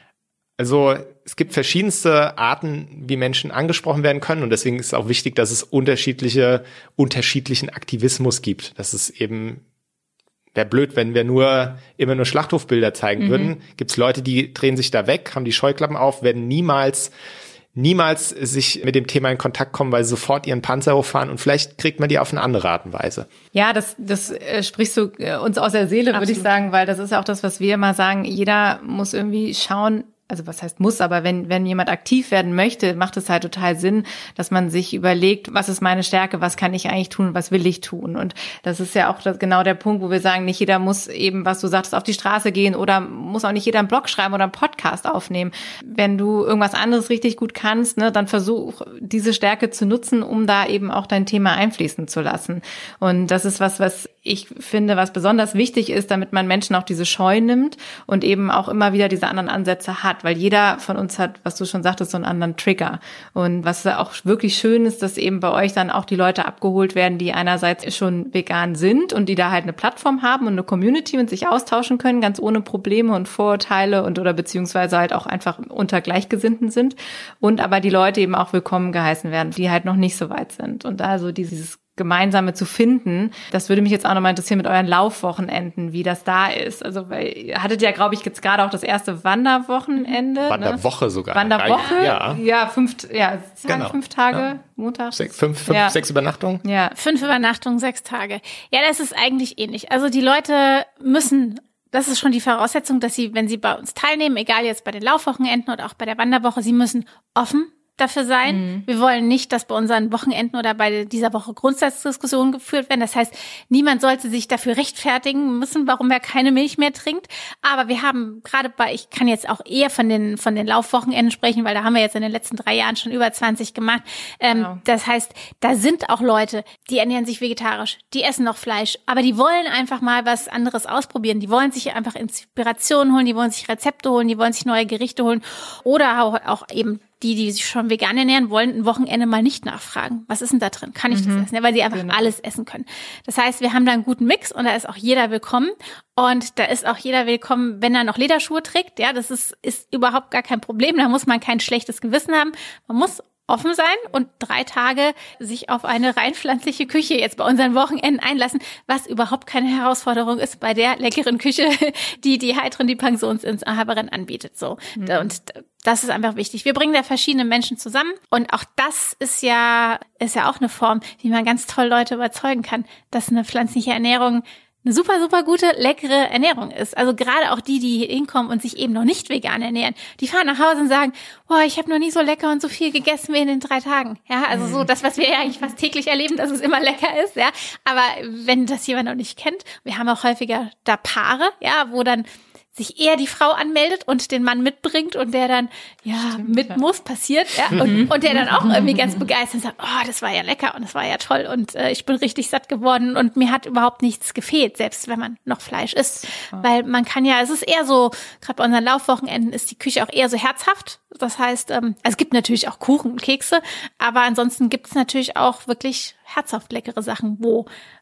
Also es gibt verschiedenste Arten, wie Menschen angesprochen werden können und deswegen ist es auch wichtig, dass es unterschiedliche, unterschiedlichen Aktivismus gibt, dass es eben wäre blöd, wenn wir nur immer nur Schlachthofbilder zeigen mhm. würden. Gibt es Leute, die drehen sich da weg, haben die Scheuklappen auf, werden niemals niemals sich mit dem Thema in Kontakt kommen, weil sie sofort ihren Panzer hochfahren und vielleicht kriegt man die auf eine andere Art und Weise. Ja, das, das äh, sprichst du äh, uns aus der Seele, würde ich sagen, weil das ist ja auch das, was wir immer sagen. Jeder muss irgendwie schauen, also was heißt muss, aber wenn wenn jemand aktiv werden möchte, macht es halt total Sinn, dass man sich überlegt, was ist meine Stärke, was kann ich eigentlich tun, was will ich tun? Und das ist ja auch das, genau der Punkt, wo wir sagen, nicht jeder muss eben, was du sagst, auf die Straße gehen oder muss auch nicht jeder einen Blog schreiben oder einen Podcast aufnehmen. Wenn du irgendwas anderes richtig gut kannst, ne, dann versuch, diese Stärke zu nutzen, um da eben auch dein Thema einfließen zu lassen. Und das ist was, was ich finde, was besonders wichtig ist, damit man Menschen auch diese Scheu nimmt und eben auch immer wieder diese anderen Ansätze hat. Weil jeder von uns hat, was du schon sagtest, so einen anderen Trigger. Und was auch wirklich schön ist, dass eben bei euch dann auch die Leute abgeholt werden, die einerseits schon vegan sind und die da halt eine Plattform haben und eine Community und sich austauschen können, ganz ohne Probleme und Vorurteile und oder beziehungsweise halt auch einfach unter Gleichgesinnten sind. Und aber die Leute eben auch willkommen geheißen werden, die halt noch nicht so weit sind. Und da so dieses Gemeinsame zu finden. Das würde mich jetzt auch nochmal interessieren mit euren Laufwochenenden, wie das da ist. Also, weil ihr hattet ja, glaube ich, jetzt gerade auch das erste Wanderwochenende. Wanderwoche ne? sogar. Wanderwoche? Ja. Ja, fünf, ja, genau. fünf Tage, ja. Montag. Sech, fünf, fünf, ja. sechs Übernachtungen? Ja. Fünf Übernachtungen, sechs Tage. Ja, das ist eigentlich ähnlich. Also die Leute müssen, das ist schon die Voraussetzung, dass sie, wenn sie bei uns teilnehmen, egal jetzt bei den Laufwochenenden oder auch bei der Wanderwoche, sie müssen offen dafür sein. Mhm. Wir wollen nicht, dass bei unseren Wochenenden oder bei dieser Woche Grundsatzdiskussionen geführt werden. Das heißt, niemand sollte sich dafür rechtfertigen müssen, warum er keine Milch mehr trinkt. Aber wir haben gerade bei, ich kann jetzt auch eher von den von den Laufwochenenden sprechen, weil da haben wir jetzt in den letzten drei Jahren schon über zwanzig gemacht. Ähm, genau. Das heißt, da sind auch Leute, die ernähren sich vegetarisch, die essen noch Fleisch, aber die wollen einfach mal was anderes ausprobieren. Die wollen sich einfach Inspiration holen, die wollen sich Rezepte holen, die wollen sich neue Gerichte holen oder auch, auch eben die, die sich schon vegan ernähren, wollen ein Wochenende mal nicht nachfragen. Was ist denn da drin? Kann ich mhm. das essen? Ja, weil sie einfach genau. alles essen können. Das heißt, wir haben da einen guten Mix und da ist auch jeder willkommen. Und da ist auch jeder willkommen, wenn er noch Lederschuhe trägt. Ja, das ist, ist überhaupt gar kein Problem. Da muss man kein schlechtes Gewissen haben. Man muss offen sein und drei Tage sich auf eine rein pflanzliche Küche jetzt bei unseren Wochenenden einlassen, was überhaupt keine Herausforderung ist bei der leckeren Küche, die die Heidrun, die Pensionsinhaberin anbietet. So. Mhm. Und das ist einfach wichtig. Wir bringen da verschiedene Menschen zusammen und auch das ist ja, ist ja auch eine Form, wie man ganz toll Leute überzeugen kann, dass eine pflanzliche Ernährung eine super, super gute, leckere Ernährung ist. Also gerade auch die, die hier hinkommen und sich eben noch nicht vegan ernähren, die fahren nach Hause und sagen, boah, ich habe noch nie so lecker und so viel gegessen wie in den drei Tagen. Ja, also so das, was wir ja eigentlich fast täglich erleben, dass es immer lecker ist, ja. Aber wenn das jemand noch nicht kennt, wir haben auch häufiger da Paare, ja, wo dann sich eher die Frau anmeldet und den Mann mitbringt und der dann, ja, Stimmt, mit ja. muss, passiert, ja, und, und der dann auch irgendwie ganz begeistert sagt, oh, das war ja lecker und das war ja toll und äh, ich bin richtig satt geworden und mir hat überhaupt nichts gefehlt, selbst wenn man noch Fleisch isst, ja. weil man kann ja, es ist eher so, gerade bei unseren Laufwochenenden ist die Küche auch eher so herzhaft, das heißt, ähm, es gibt natürlich auch Kuchen und Kekse, aber ansonsten gibt es natürlich auch wirklich herzhaft leckere Sachen, wo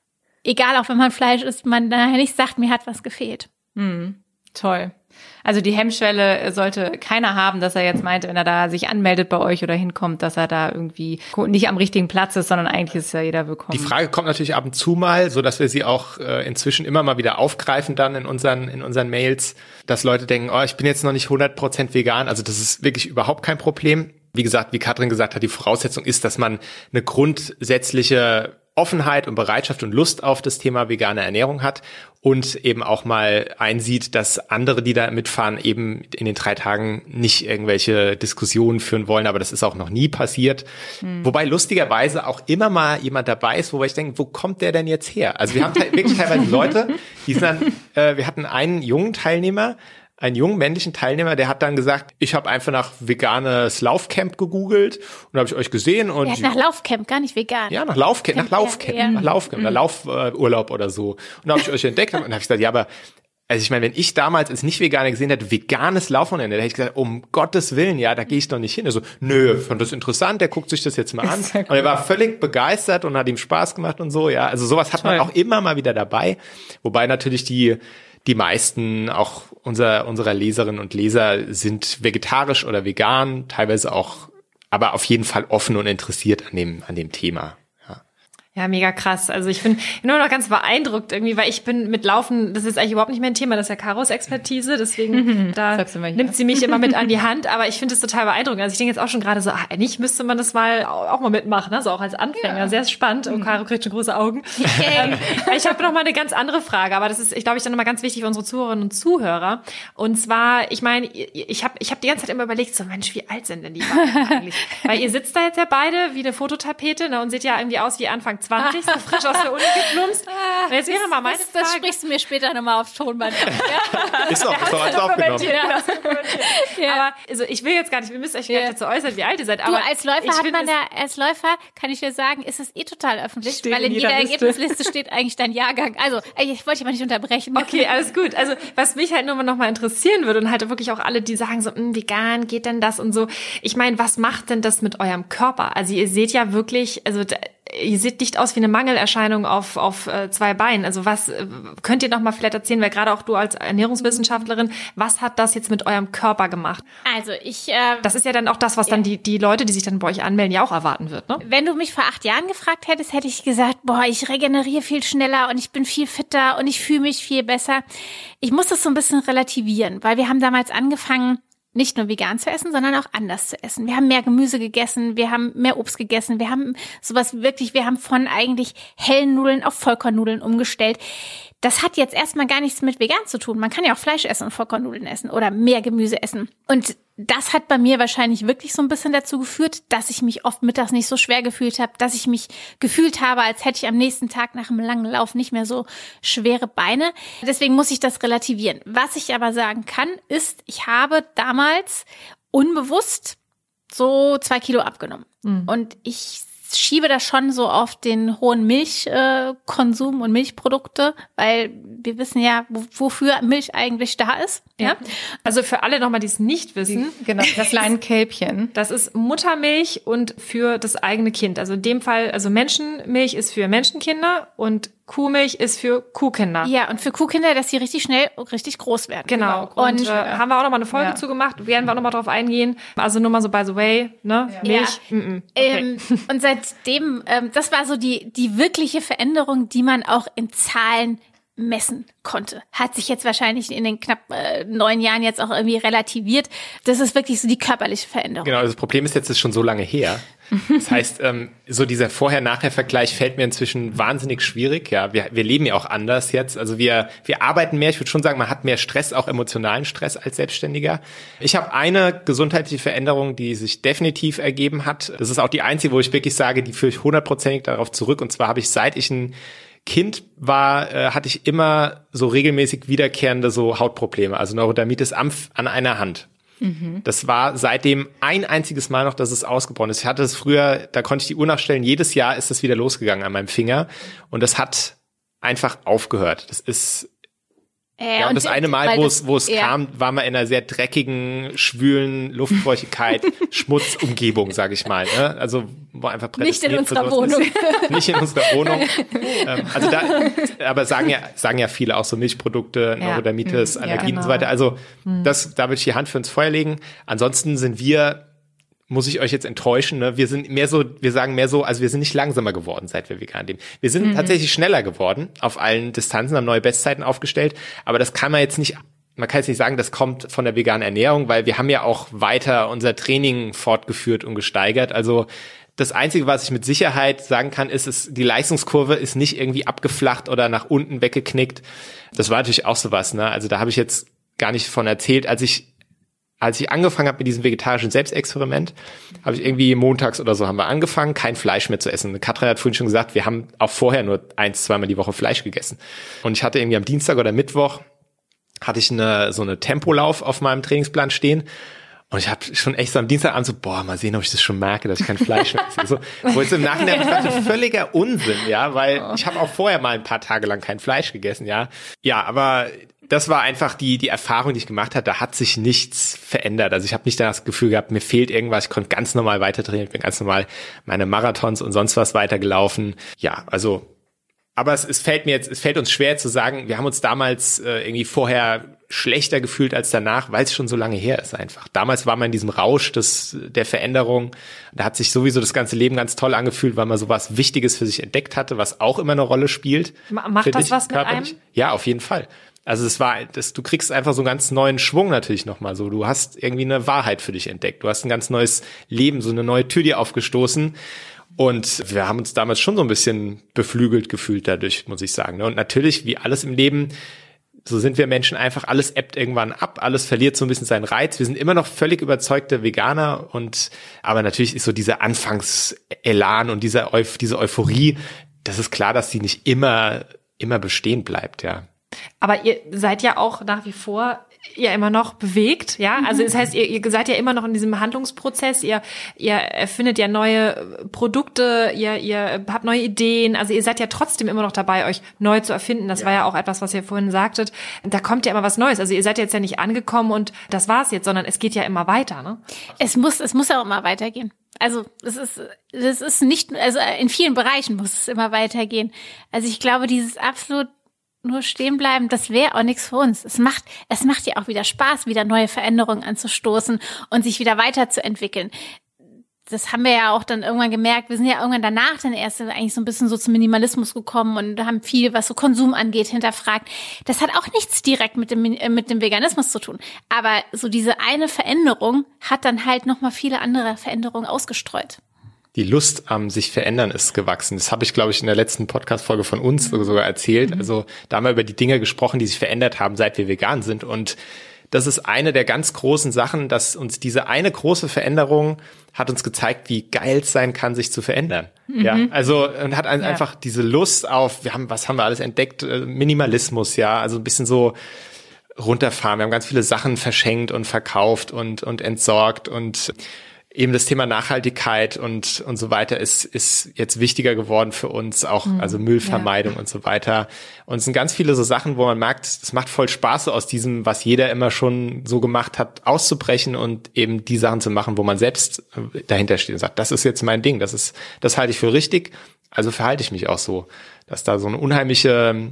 egal, auch wenn man Fleisch isst, man daher nicht sagt, mir hat was gefehlt. Hm, toll. Also die Hemmschwelle sollte keiner haben, dass er jetzt meint, wenn er da sich anmeldet bei euch oder hinkommt, dass er da irgendwie nicht am richtigen Platz ist, sondern eigentlich ist ja jeder willkommen. Die Frage kommt natürlich ab und zu mal, so dass wir sie auch äh, inzwischen immer mal wieder aufgreifen dann in unseren in unseren Mails, dass Leute denken, oh, ich bin jetzt noch nicht hundert Prozent vegan. Also das ist wirklich überhaupt kein Problem. Wie gesagt, wie Katrin gesagt hat, die Voraussetzung ist, dass man eine grundsätzliche Offenheit und Bereitschaft und Lust auf das Thema vegane Ernährung hat und eben auch mal einsieht, dass andere, die da mitfahren, eben in den drei Tagen nicht irgendwelche Diskussionen führen wollen, aber das ist auch noch nie passiert. Hm. Wobei lustigerweise auch immer mal jemand dabei ist, wobei ich denke, wo kommt der denn jetzt her? Also wir haben wirklich teilweise Leute, die sind dann, äh, wir hatten einen jungen Teilnehmer, einen jungen männlichen Teilnehmer, der hat dann gesagt, ich habe einfach nach veganes Laufcamp gegoogelt und habe ich euch gesehen. Und er hat nach Laufcamp, gar nicht vegan. Ja, nach Laufcamp, nach Laufcamp, ja. nach Laufcamp, nach Laufurlaub oder so. Und da habe ich euch entdeckt und habe ich gesagt, ja, aber also ich meine, wenn ich damals als Nicht-Veganer gesehen hätte, veganes Laufwochenende, da hätte ich gesagt, um Gottes Willen, ja, da gehe ich doch nicht hin. Also, nö, fand das interessant, der guckt sich das jetzt mal an. Und er war völlig begeistert und hat ihm Spaß gemacht und so, ja. Also sowas hat man auch immer mal wieder dabei. Wobei natürlich die Die meisten, auch unser, unserer Leserinnen und Leser, sind vegetarisch oder vegan, teilweise auch, aber auf jeden Fall offen und interessiert an dem, an dem Thema. Ja, mega krass. Also ich bin nur noch ganz beeindruckt irgendwie, weil ich bin mit Laufen, das ist eigentlich überhaupt nicht mein Thema, das ist ja Karos Expertise, deswegen mhm, da nimmt sie mich immer mit an die Hand, aber ich finde es total beeindruckend. Also ich denke jetzt auch schon gerade so, ach, eigentlich müsste man das mal auch mal mitmachen, also auch als Anfänger. Ja. Sehr spannend. Und Caro kriegt schon große Augen. ähm, ich habe noch mal eine ganz andere Frage, aber das ist, ich glaube, ich dann noch mal ganz wichtig für unsere Zuhörerinnen und Zuhörer. Und zwar, ich meine, ich habe ich hab die ganze Zeit immer überlegt, so Mensch, wie alt sind denn die beiden eigentlich? Weil ihr sitzt da jetzt ja beide wie eine Fototapete, ne, und seht ja irgendwie aus wie Anfang zwanzig, so frisch aus der Uni geplumpst. Und jetzt wäre mal meine das, Frage. Das sprichst du mir später nochmal aufs Tonband. Ja. Ist doch, ist doch alles aufgenommen. Ja. Ja. Aber also ich will jetzt gar nicht, wir müsst euch gar nicht dazu äußern, wie alt ihr seid. Aber du, als Läufer hat man da, als Läufer kann ich dir sagen, ist es eh total öffentlich, steht weil in, in jeder, jeder Ergebnisliste steht eigentlich dein Jahrgang. Also, ich wollte dich aber nicht unterbrechen. Okay, alles gut. Also, was mich halt nur noch mal interessieren würde und halt wirklich auch alle, die sagen so, vegan, geht denn das und so. Ich meine, was macht denn das mit eurem Körper? Also, ihr seht ja wirklich, also ihr seht nicht aus wie eine Mangelerscheinung auf auf äh, zwei Beinen. Also was äh, könnt ihr noch mal vielleicht erzählen, weil gerade auch du als Ernährungswissenschaftlerin, was hat das jetzt mit eurem Körper gemacht? Also ich... Äh, das ist ja dann auch das, was ja. dann die die Leute, die sich dann bei euch anmelden, ja auch erwarten wird, ne? Wenn du mich vor acht Jahren gefragt hättest, hätte ich gesagt, boah, ich regeneriere viel schneller und ich bin viel fitter und ich fühle mich viel besser. Ich muss das so ein bisschen relativieren, weil wir haben damals angefangen, nicht nur vegan zu essen, sondern auch anders zu essen. Wir haben mehr Gemüse gegessen, wir haben mehr Obst gegessen, wir haben sowas wirklich, wir haben von eigentlich hellen Nudeln auf Vollkornnudeln umgestellt. Das hat jetzt erstmal gar nichts mit vegan zu tun. Man kann ja auch Fleisch essen und Vollkornnudeln essen oder mehr Gemüse essen. Und das hat bei mir wahrscheinlich wirklich so ein bisschen dazu geführt, dass ich mich oft mittags nicht so schwer gefühlt habe, dass ich mich gefühlt habe, als hätte ich am nächsten Tag nach einem langen Lauf nicht mehr so schwere Beine. Deswegen muss ich das relativieren. Was ich aber sagen kann, ist, ich habe damals unbewusst so zwei Kilo abgenommen. Mhm. Und ich schiebe das schon so auf den hohen Milchkonsum äh, und Milchprodukte, weil wir wissen ja, wo, wofür Milch eigentlich da ist. Ja. ja. Also für alle nochmal, die es nicht wissen. Die, genau, das kleine Kälbchen. Das ist Muttermilch und für das eigene Kind. Also in dem Fall, also Menschenmilch ist für Menschenkinder und Kuhmilch ist für Kuhkinder. Ja, und für Kuhkinder, dass sie richtig schnell, richtig groß werden. Genau. Und, und äh, ja. haben wir auch nochmal eine Folge ja. zu gemacht. Werden wir auch nochmal drauf eingehen. Also nur mal so by the way, ne? Ja. Milch. Ja. Mm-mm. Okay. Ähm, und seitdem, ähm, das war so die, die wirkliche Veränderung, die man auch in Zahlen messen konnte. Hat sich jetzt wahrscheinlich in den knapp äh, neun Jahren jetzt auch irgendwie relativiert. Das ist wirklich so die körperliche Veränderung. Genau, das Problem ist jetzt, das ist schon so lange her. Das heißt, ähm, so dieser Vorher-Nachher-Vergleich fällt mir inzwischen wahnsinnig schwierig. Ja, wir, wir leben ja auch anders jetzt. Also wir, wir arbeiten mehr. Ich würde schon sagen, man hat mehr Stress, auch emotionalen Stress als Selbstständiger. Ich habe eine gesundheitliche Veränderung, die sich definitiv ergeben hat. Das ist auch die einzige, wo ich wirklich sage, die führe ich hundertprozentig darauf zurück. Und zwar habe ich, seit ich ein Kind war, äh, hatte ich immer so regelmäßig wiederkehrende so Hautprobleme, also Neurodermitis am, an einer Hand. Mhm. Das war seitdem ein einziges Mal noch, dass es ausgebrochen ist. Ich hatte es früher, da konnte ich die Uhr nachstellen, jedes Jahr ist es wieder losgegangen an meinem Finger und das hat einfach aufgehört. Das ist Äh, Ja, und, und das eine Mal, wo das, es, wo es ja. kam, war man in einer sehr dreckigen, schwülen Luftfeuchtigkeit, Schmutzumgebung, sage ich mal. Ne? Also war einfach Nicht in prädestiniert für unserer sowas. Wohnung. Nicht in unserer Wohnung. ähm, also da, aber sagen ja, sagen ja viele auch so Milchprodukte, Ja. Neurodermitis, Mhm. Allergien Ja, und so genau. weiter. Also das, da würde ich die Hand für ins Feuer legen. Ansonsten sind wir, muss ich euch jetzt enttäuschen, ne? Wir sind mehr so, wir sagen mehr so, also wir sind nicht langsamer geworden, seit wir vegan leben. Wir sind mhm. tatsächlich schneller geworden auf allen Distanzen, haben neue Bestzeiten aufgestellt, aber das kann man jetzt nicht, man kann jetzt nicht sagen, das kommt von der veganen Ernährung, weil wir haben ja auch weiter unser Training fortgeführt und gesteigert. Also das Einzige, was ich mit Sicherheit sagen kann, ist, ist, die Leistungskurve ist nicht irgendwie abgeflacht oder nach unten weggeknickt. Das war natürlich auch sowas, ne? Also da habe ich jetzt gar nicht von erzählt, als ich Als ich angefangen habe mit diesem vegetarischen Selbstexperiment, habe ich irgendwie montags oder so haben wir angefangen, kein Fleisch mehr zu essen. Katrin hat vorhin schon gesagt, wir haben auch vorher nur eins, zweimal die Woche Fleisch gegessen. Und ich hatte irgendwie am Dienstag oder Mittwoch hatte ich eine so eine Tempolauf auf meinem Trainingsplan stehen. Und ich habe schon echt so am Dienstagabend so, boah, mal sehen, ob ich das schon merke, dass ich kein Fleisch mehr esse. So, wo jetzt im Nachhinein dachte, völliger Unsinn, ja, weil ich habe auch vorher mal ein paar Tage lang kein Fleisch gegessen, ja. Ja, aber das war einfach die die Erfahrung, die ich gemacht habe. Da hat sich nichts verändert. Also ich habe nicht das Gefühl gehabt, mir fehlt irgendwas. Ich konnte ganz normal weiter trainieren. Ich bin ganz normal meine Marathons und sonst was weitergelaufen. Ja, also, aber es, es fällt mir jetzt, es fällt uns schwer zu sagen, wir haben uns damals äh, irgendwie vorher schlechter gefühlt als danach, weil es schon so lange her ist einfach. Damals war man in diesem Rausch des, der Veränderung. Da hat sich sowieso das ganze Leben ganz toll angefühlt, weil man sowas Wichtiges für sich entdeckt hatte, was auch immer eine Rolle spielt. Macht das was mit einem? Ja, auf jeden Fall. Also es war, das, du kriegst einfach so einen ganz neuen Schwung natürlich nochmal so. Du hast irgendwie eine Wahrheit für dich entdeckt. Du hast ein ganz neues Leben, so eine neue Tür dir aufgestoßen. Und wir haben uns damals schon so ein bisschen beflügelt gefühlt dadurch, muss ich sagen. Und natürlich, wie alles im Leben, so sind wir Menschen einfach, alles ebbt irgendwann ab, alles verliert so ein bisschen seinen Reiz. Wir sind immer noch völlig überzeugte Veganer und, aber natürlich ist so dieser Anfangselan und diese, Euph- diese Euphorie, das ist klar, dass die nicht immer, immer bestehen bleibt, ja. Aber ihr seid ja auch nach wie vor ja immer noch bewegt, ja? Also das heißt, ihr, ihr seid ja immer noch in diesem Handlungsprozess, ihr ihr erfindet ja neue Produkte, ihr ihr habt neue Ideen, also ihr seid ja trotzdem immer noch dabei, euch neu zu erfinden. Das ja. war ja auch etwas, was ihr vorhin sagtet. Da kommt ja immer was Neues. Also ihr seid jetzt ja nicht angekommen und das war's jetzt, sondern es geht ja immer weiter, ne? Es muss es muss auch immer weitergehen. Also es ist das ist nicht, also in vielen Bereichen muss es immer weitergehen. Also ich glaube, dieses absolut nur stehen bleiben, das wäre auch nichts für uns. Es macht, es macht ja auch wieder Spaß, wieder neue Veränderungen anzustoßen und sich wieder weiterzuentwickeln. Das haben wir ja auch dann irgendwann gemerkt. Wir sind ja irgendwann danach dann erst eigentlich so ein bisschen so zum Minimalismus gekommen und haben viel, was so Konsum angeht, hinterfragt. Das hat auch nichts direkt mit dem, mit dem Veganismus zu tun. Aber so diese eine Veränderung hat dann halt nochmal viele andere Veränderungen ausgestreut. Die Lust am sich verändern ist gewachsen. Das habe ich, glaube ich, in der letzten Podcast-Folge von uns mhm. sogar erzählt. Mhm. Also da haben wir über die Dinge gesprochen, die sich verändert haben, seit wir vegan sind. Und das ist eine der ganz großen Sachen, dass uns diese eine große Veränderung hat uns gezeigt, wie geil es sein kann, sich zu verändern. Mhm. Ja, also und hat ein, ja. einfach diese Lust auf, wir haben, was haben wir alles entdeckt? Minimalismus, ja, also ein bisschen so runterfahren. Wir haben ganz viele Sachen verschenkt und verkauft und und entsorgt und eben das Thema Nachhaltigkeit und und so weiter ist ist jetzt wichtiger geworden für uns, auch mhm. also Müllvermeidung ja. und so weiter. Und es sind ganz viele so Sachen, wo man merkt, es macht voll Spaß, so aus diesem, was jeder immer schon so gemacht hat, auszubrechen und eben die Sachen zu machen, wo man selbst dahinter steht und sagt, das ist jetzt mein Ding, das ist, das halte ich für richtig, also verhalte ich mich auch so, dass da so eine unheimliche,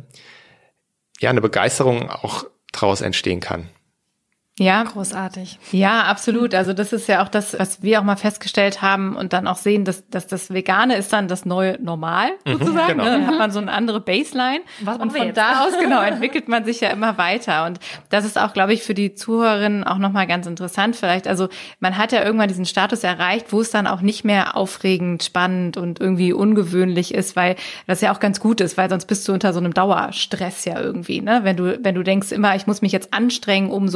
ja, eine Begeisterung auch draus entstehen kann. Ja, großartig. Ja, absolut. Also das ist ja auch das, was wir auch mal festgestellt haben und dann auch sehen, dass, dass das Vegane ist dann das neue Normal sozusagen. Mhm, genau. Dann hat man so eine andere Baseline was und von da aus genau entwickelt man sich ja immer weiter. Und das ist auch, glaube ich, für die Zuhörerinnen auch nochmal ganz interessant vielleicht. Also man hat ja irgendwann diesen Status erreicht, wo es dann auch nicht mehr aufregend, spannend und irgendwie ungewöhnlich ist, weil das ja auch ganz gut ist, weil sonst bist du unter so einem Dauerstress ja irgendwie, ne? Wenn du, wenn du denkst immer, ich muss mich jetzt anstrengen, um so zu sein.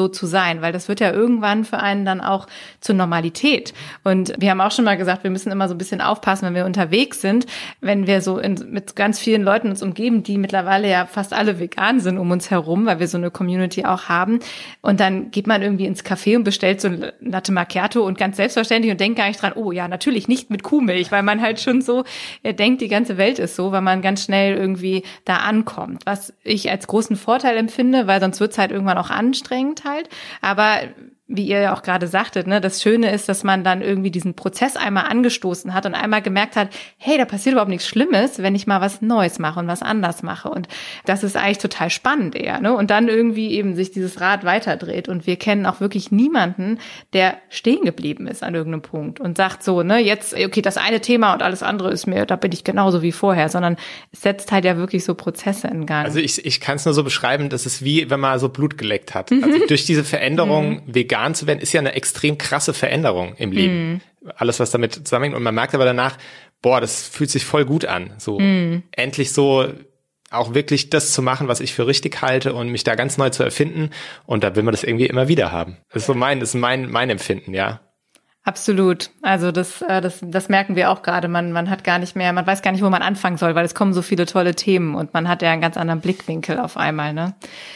sein, weil das wird ja irgendwann für einen dann auch zur Normalität. Und wir haben auch schon mal gesagt, wir müssen immer so ein bisschen aufpassen, wenn wir unterwegs sind, wenn wir so in, mit ganz vielen Leuten uns umgeben, die mittlerweile ja fast alle vegan sind um uns herum, weil wir so eine Community auch haben. Und dann geht man irgendwie ins Café und bestellt so ein Latte Macchiato und ganz selbstverständlich und denkt gar nicht dran, oh ja, natürlich nicht mit Kuhmilch, weil man halt schon so äh, denkt, die ganze Welt ist so, weil man ganz schnell irgendwie da ankommt. Was ich als großen Vorteil empfinde, weil sonst wird's halt irgendwann auch anstrengend halt. Aber wie ihr ja auch gerade sagtet, ne, das Schöne ist, dass man dann irgendwie diesen Prozess einmal angestoßen hat und einmal gemerkt hat, hey, da passiert überhaupt nichts Schlimmes, wenn ich mal was Neues mache und was anders mache. Und das ist eigentlich total spannend eher, ne? Und dann irgendwie eben sich dieses Rad weiterdreht. Und wir kennen auch wirklich niemanden, der stehen geblieben ist an irgendeinem Punkt und sagt so, ne, jetzt, okay, das eine Thema und alles andere ist mir, da bin ich genauso wie vorher, sondern es setzt halt ja wirklich so Prozesse in Gang. Also ich, ich kann es nur so beschreiben, das ist wie, wenn man so Blut geleckt hat. Also durch diese Veränderung vegan zu werden, ist ja eine extrem krasse Veränderung im Leben. Mm. Alles, was damit zusammenhängt. Und man merkt aber danach, boah, das fühlt sich voll gut an. So mm. endlich so auch wirklich das zu machen, was ich für richtig halte und mich da ganz neu zu erfinden. Und da will man das irgendwie immer wieder haben. Das ist so mein, das ist mein, mein Empfinden, ja. Absolut. Also das, das, das merken wir auch gerade. Man, man hat gar nicht mehr, man weiß gar nicht, wo man anfangen soll, weil es kommen so viele tolle Themen und man hat ja einen ganz anderen Blickwinkel auf einmal, ne?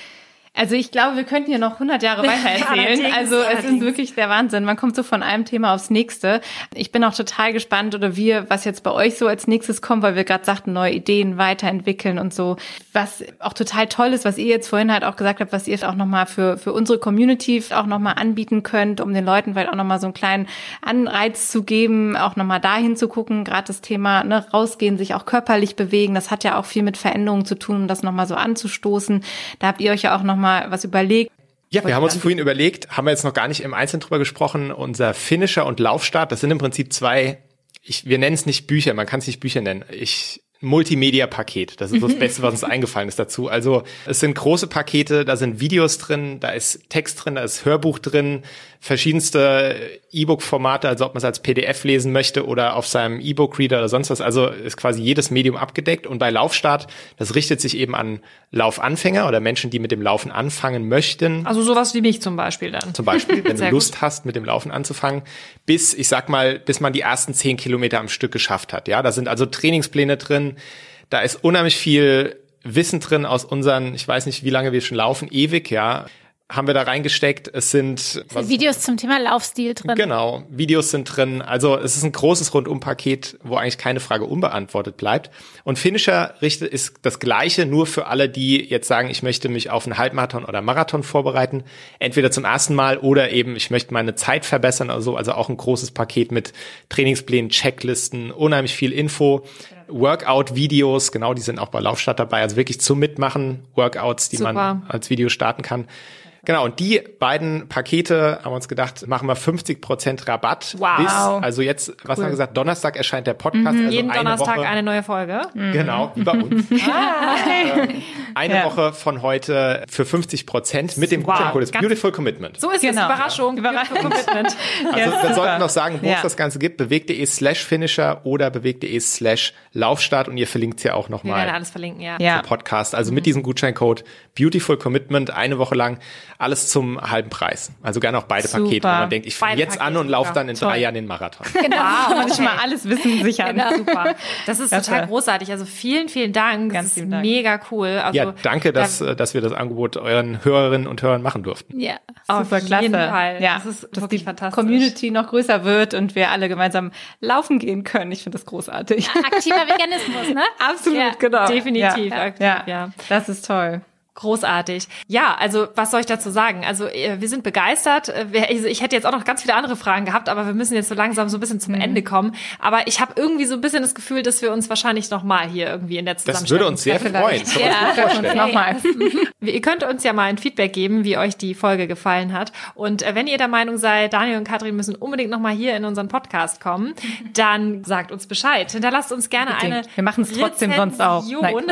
Also ich glaube, wir könnten hier noch hundert Jahre weiter erzählen. Also es ist wirklich der Wahnsinn. Man kommt so von einem Thema aufs nächste. Ich bin auch total gespannt, oder wir, was jetzt bei euch so als nächstes kommt, weil wir gerade sagten, neue Ideen weiterentwickeln und so. Was auch total toll ist, was ihr jetzt vorhin halt auch gesagt habt, was ihr auch nochmal für für unsere Community auch nochmal anbieten könnt, um den Leuten vielleicht auch nochmal so einen kleinen Anreiz zu geben, auch nochmal dahin zu gucken. Gerade das Thema, ne, rausgehen, sich auch körperlich bewegen, das hat ja auch viel mit Veränderungen zu tun, um das nochmal so anzustoßen. Da habt ihr euch ja auch nochmal mal was überlegt. Ja, wir haben uns vorhin überlegt, haben wir jetzt noch gar nicht im Einzelnen drüber gesprochen, unser Finisher und Laufstart, das sind im Prinzip zwei, ich, wir nennen es nicht Bücher, man kann es nicht Bücher nennen, ich Multimedia-Paket, das ist so das Beste, was uns eingefallen ist dazu. Also es sind große Pakete, da sind Videos drin, da ist Text drin, da ist Hörbuch drin, verschiedenste E-Book-Formate, also ob man es als P D F lesen möchte oder auf seinem E-Book-Reader oder sonst was. Also ist quasi jedes Medium abgedeckt. Und bei Laufstart, das richtet sich eben an Laufanfänger oder Menschen, die mit dem Laufen anfangen möchten. Also sowas wie mich zum Beispiel dann. Zum Beispiel, wenn du Lust gut. hast, mit dem Laufen anzufangen, bis, ich sag mal, bis man die ersten zehn Kilometer am Stück geschafft hat. Ja, da sind also Trainingspläne drin. Da ist unheimlich viel Wissen drin aus unseren, ich weiß nicht, wie lange wir schon laufen, ewig, ja, haben wir da reingesteckt. Es sind was, Videos zum Thema Laufstil drin. Genau, Videos sind drin. Also es ist ein großes Rundum-Paket, wo eigentlich keine Frage unbeantwortet bleibt. Und Finisher richtet ist das Gleiche, nur für alle, die jetzt sagen, ich möchte mich auf einen Halbmarathon oder Marathon vorbereiten. Entweder zum ersten Mal oder eben, ich möchte meine Zeit verbessern oder so. Also auch ein großes Paket mit Trainingsplänen, Checklisten, unheimlich viel Info. Workout-Videos, genau, die sind auch bei Laufstart dabei. Also wirklich zum Mitmachen, Workouts, die Super. Man als Video starten kann. Genau, und die beiden Pakete, haben wir uns gedacht, machen wir fünfzig Prozent Rabatt. Wow. Bis, also jetzt, was cool. haben wir gesagt, Donnerstag erscheint der Podcast. Mhm, also jeden eine Donnerstag Woche, eine neue Folge. Genau, wie bei uns. ah. ähm, eine ja. Woche von heute für fünfzig Prozent mit dem Gutscheincode. Wow. Das Beautiful Commitment. So ist genau. es, Überraschung. Ja. Überraschung. Commitment. Also ja, wir sollten noch sagen, wo ja. es das Ganze gibt. bewegt.de slash Finisher oder bewegt.de slash Laufstart und ihr verlinkt es ja auch nochmal. Wir werden alles verlinken, ja. ja. Podcast. Also mhm. mit diesem Gutscheincode Beautiful Commitment eine Woche lang alles zum halben Preis. Also gerne auch beide Super. Pakete, wo man denkt, ich fange jetzt Pakete, an und laufe dann in Toll. drei Jahren den Marathon. Genau, wow, man sich mal alles Wissen sichern. Genau. Super. Das ist das total war. großartig. Also vielen, vielen Dank. Ganz das ist Dank. mega cool. Also, ja, danke, dass, da, dass wir das Angebot euren Hörerinnen und Hörern machen durften. Ja, super auf klasse. jeden Fall. Ja, das ist dass wirklich die fantastisch. Community noch größer wird und wir alle gemeinsam laufen gehen können. Ich finde das großartig. Aktiver Veganismus, ne? Absolut, ja, genau. Definitiv. Ja, aktiv, ja. ja, das ist toll. Großartig. Ja, also was soll ich dazu sagen? Also wir sind begeistert. Ich hätte jetzt auch noch ganz viele andere Fragen gehabt, aber wir müssen jetzt so langsam so ein bisschen zum mhm. Ende kommen. Aber ich habe irgendwie so ein bisschen das Gefühl, dass wir uns wahrscheinlich noch mal hier irgendwie in der Zusammenstellung... Das würde uns sehr freuen. Das ja, uns uns noch mal. Ihr könnt uns ja mal ein Feedback geben, wie euch die Folge gefallen hat. Und wenn ihr der Meinung seid, Daniel und Katrin müssen unbedingt noch mal hier in unseren Podcast kommen, dann sagt uns Bescheid. Hinterlasst uns gerne eine Wir machen es trotzdem sonst auch.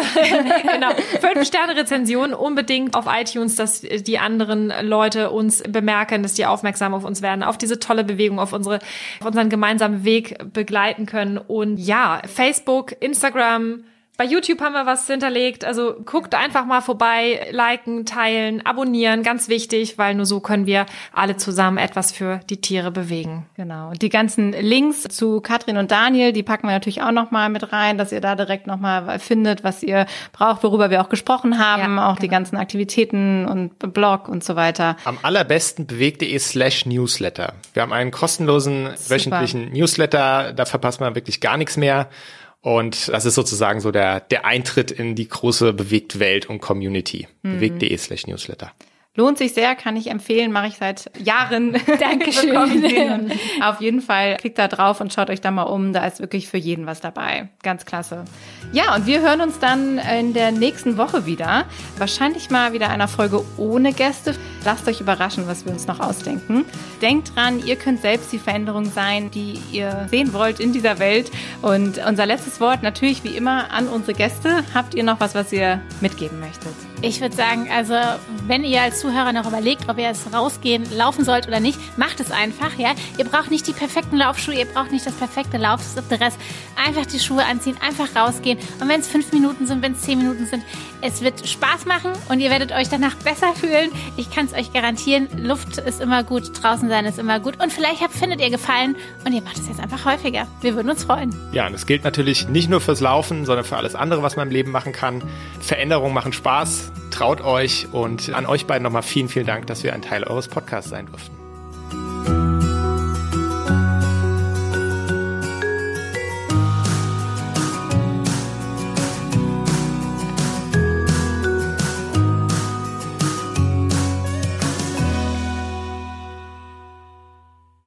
Genau. Fünf-Sterne-Rezension unbedingt auf iTunes, dass die anderen Leute uns bemerken, dass die aufmerksam auf uns werden, auf diese tolle Bewegung, auf unsere, auf unseren gemeinsamen Weg begleiten können. Und ja, Facebook, Instagram, Bei YouTube haben wir was hinterlegt. Also guckt einfach mal vorbei, liken, teilen, abonnieren. Ganz wichtig, weil nur so können wir alle zusammen etwas für die Tiere bewegen. Genau. Und die ganzen Links zu Katrin und Daniel, die packen wir natürlich auch nochmal mit rein, dass ihr da direkt nochmal findet, was ihr braucht, worüber wir auch gesprochen haben. Ja, auch genau. Die ganzen Aktivitäten und Blog und so weiter. Am allerbesten bewegt.de slash Newsletter. Wir haben einen kostenlosen Super. wöchentlichen Newsletter. Da verpasst man wirklich gar nichts mehr. Und das ist sozusagen so der, der Eintritt in die große Bewegt-Welt und Community. Mhm. bewegt.de slash Newsletter. Lohnt sich sehr, kann ich empfehlen, mache ich seit Jahren. Dankeschön. Auf jeden Fall klickt da drauf und schaut euch da mal um, da ist wirklich für jeden was dabei. Ganz klasse. Ja, und wir hören uns dann in der nächsten Woche wieder. Wahrscheinlich mal wieder einer Folge ohne Gäste. Lasst euch überraschen, was wir uns noch ausdenken. Denkt dran, ihr könnt selbst die Veränderung sein, die ihr sehen wollt in dieser Welt. Und unser letztes Wort natürlich wie immer an unsere Gäste. Habt ihr noch was, was ihr mitgeben möchtet? Ich würde sagen, also wenn ihr als Zuhörer noch überlegt, ob ihr jetzt rausgehen, laufen sollt oder nicht, macht es einfach, ja. Ihr braucht nicht die perfekten Laufschuhe, ihr braucht nicht das perfekte Laufdress. Einfach die Schuhe anziehen, einfach rausgehen. Und wenn es fünf Minuten sind, wenn es zehn Minuten sind, es wird Spaß machen und ihr werdet euch danach besser fühlen. Ich kann es euch garantieren, Luft ist immer gut, draußen sein ist immer gut. Und vielleicht habt, findet ihr Gefallen und ihr macht es jetzt einfach häufiger. Wir würden uns freuen. Ja, und das gilt natürlich nicht nur fürs Laufen, sondern für alles andere, was man im Leben machen kann. Veränderungen machen Spaß. Traut euch und an euch beiden nochmal vielen, vielen Dank, dass wir ein Teil eures Podcasts sein durften.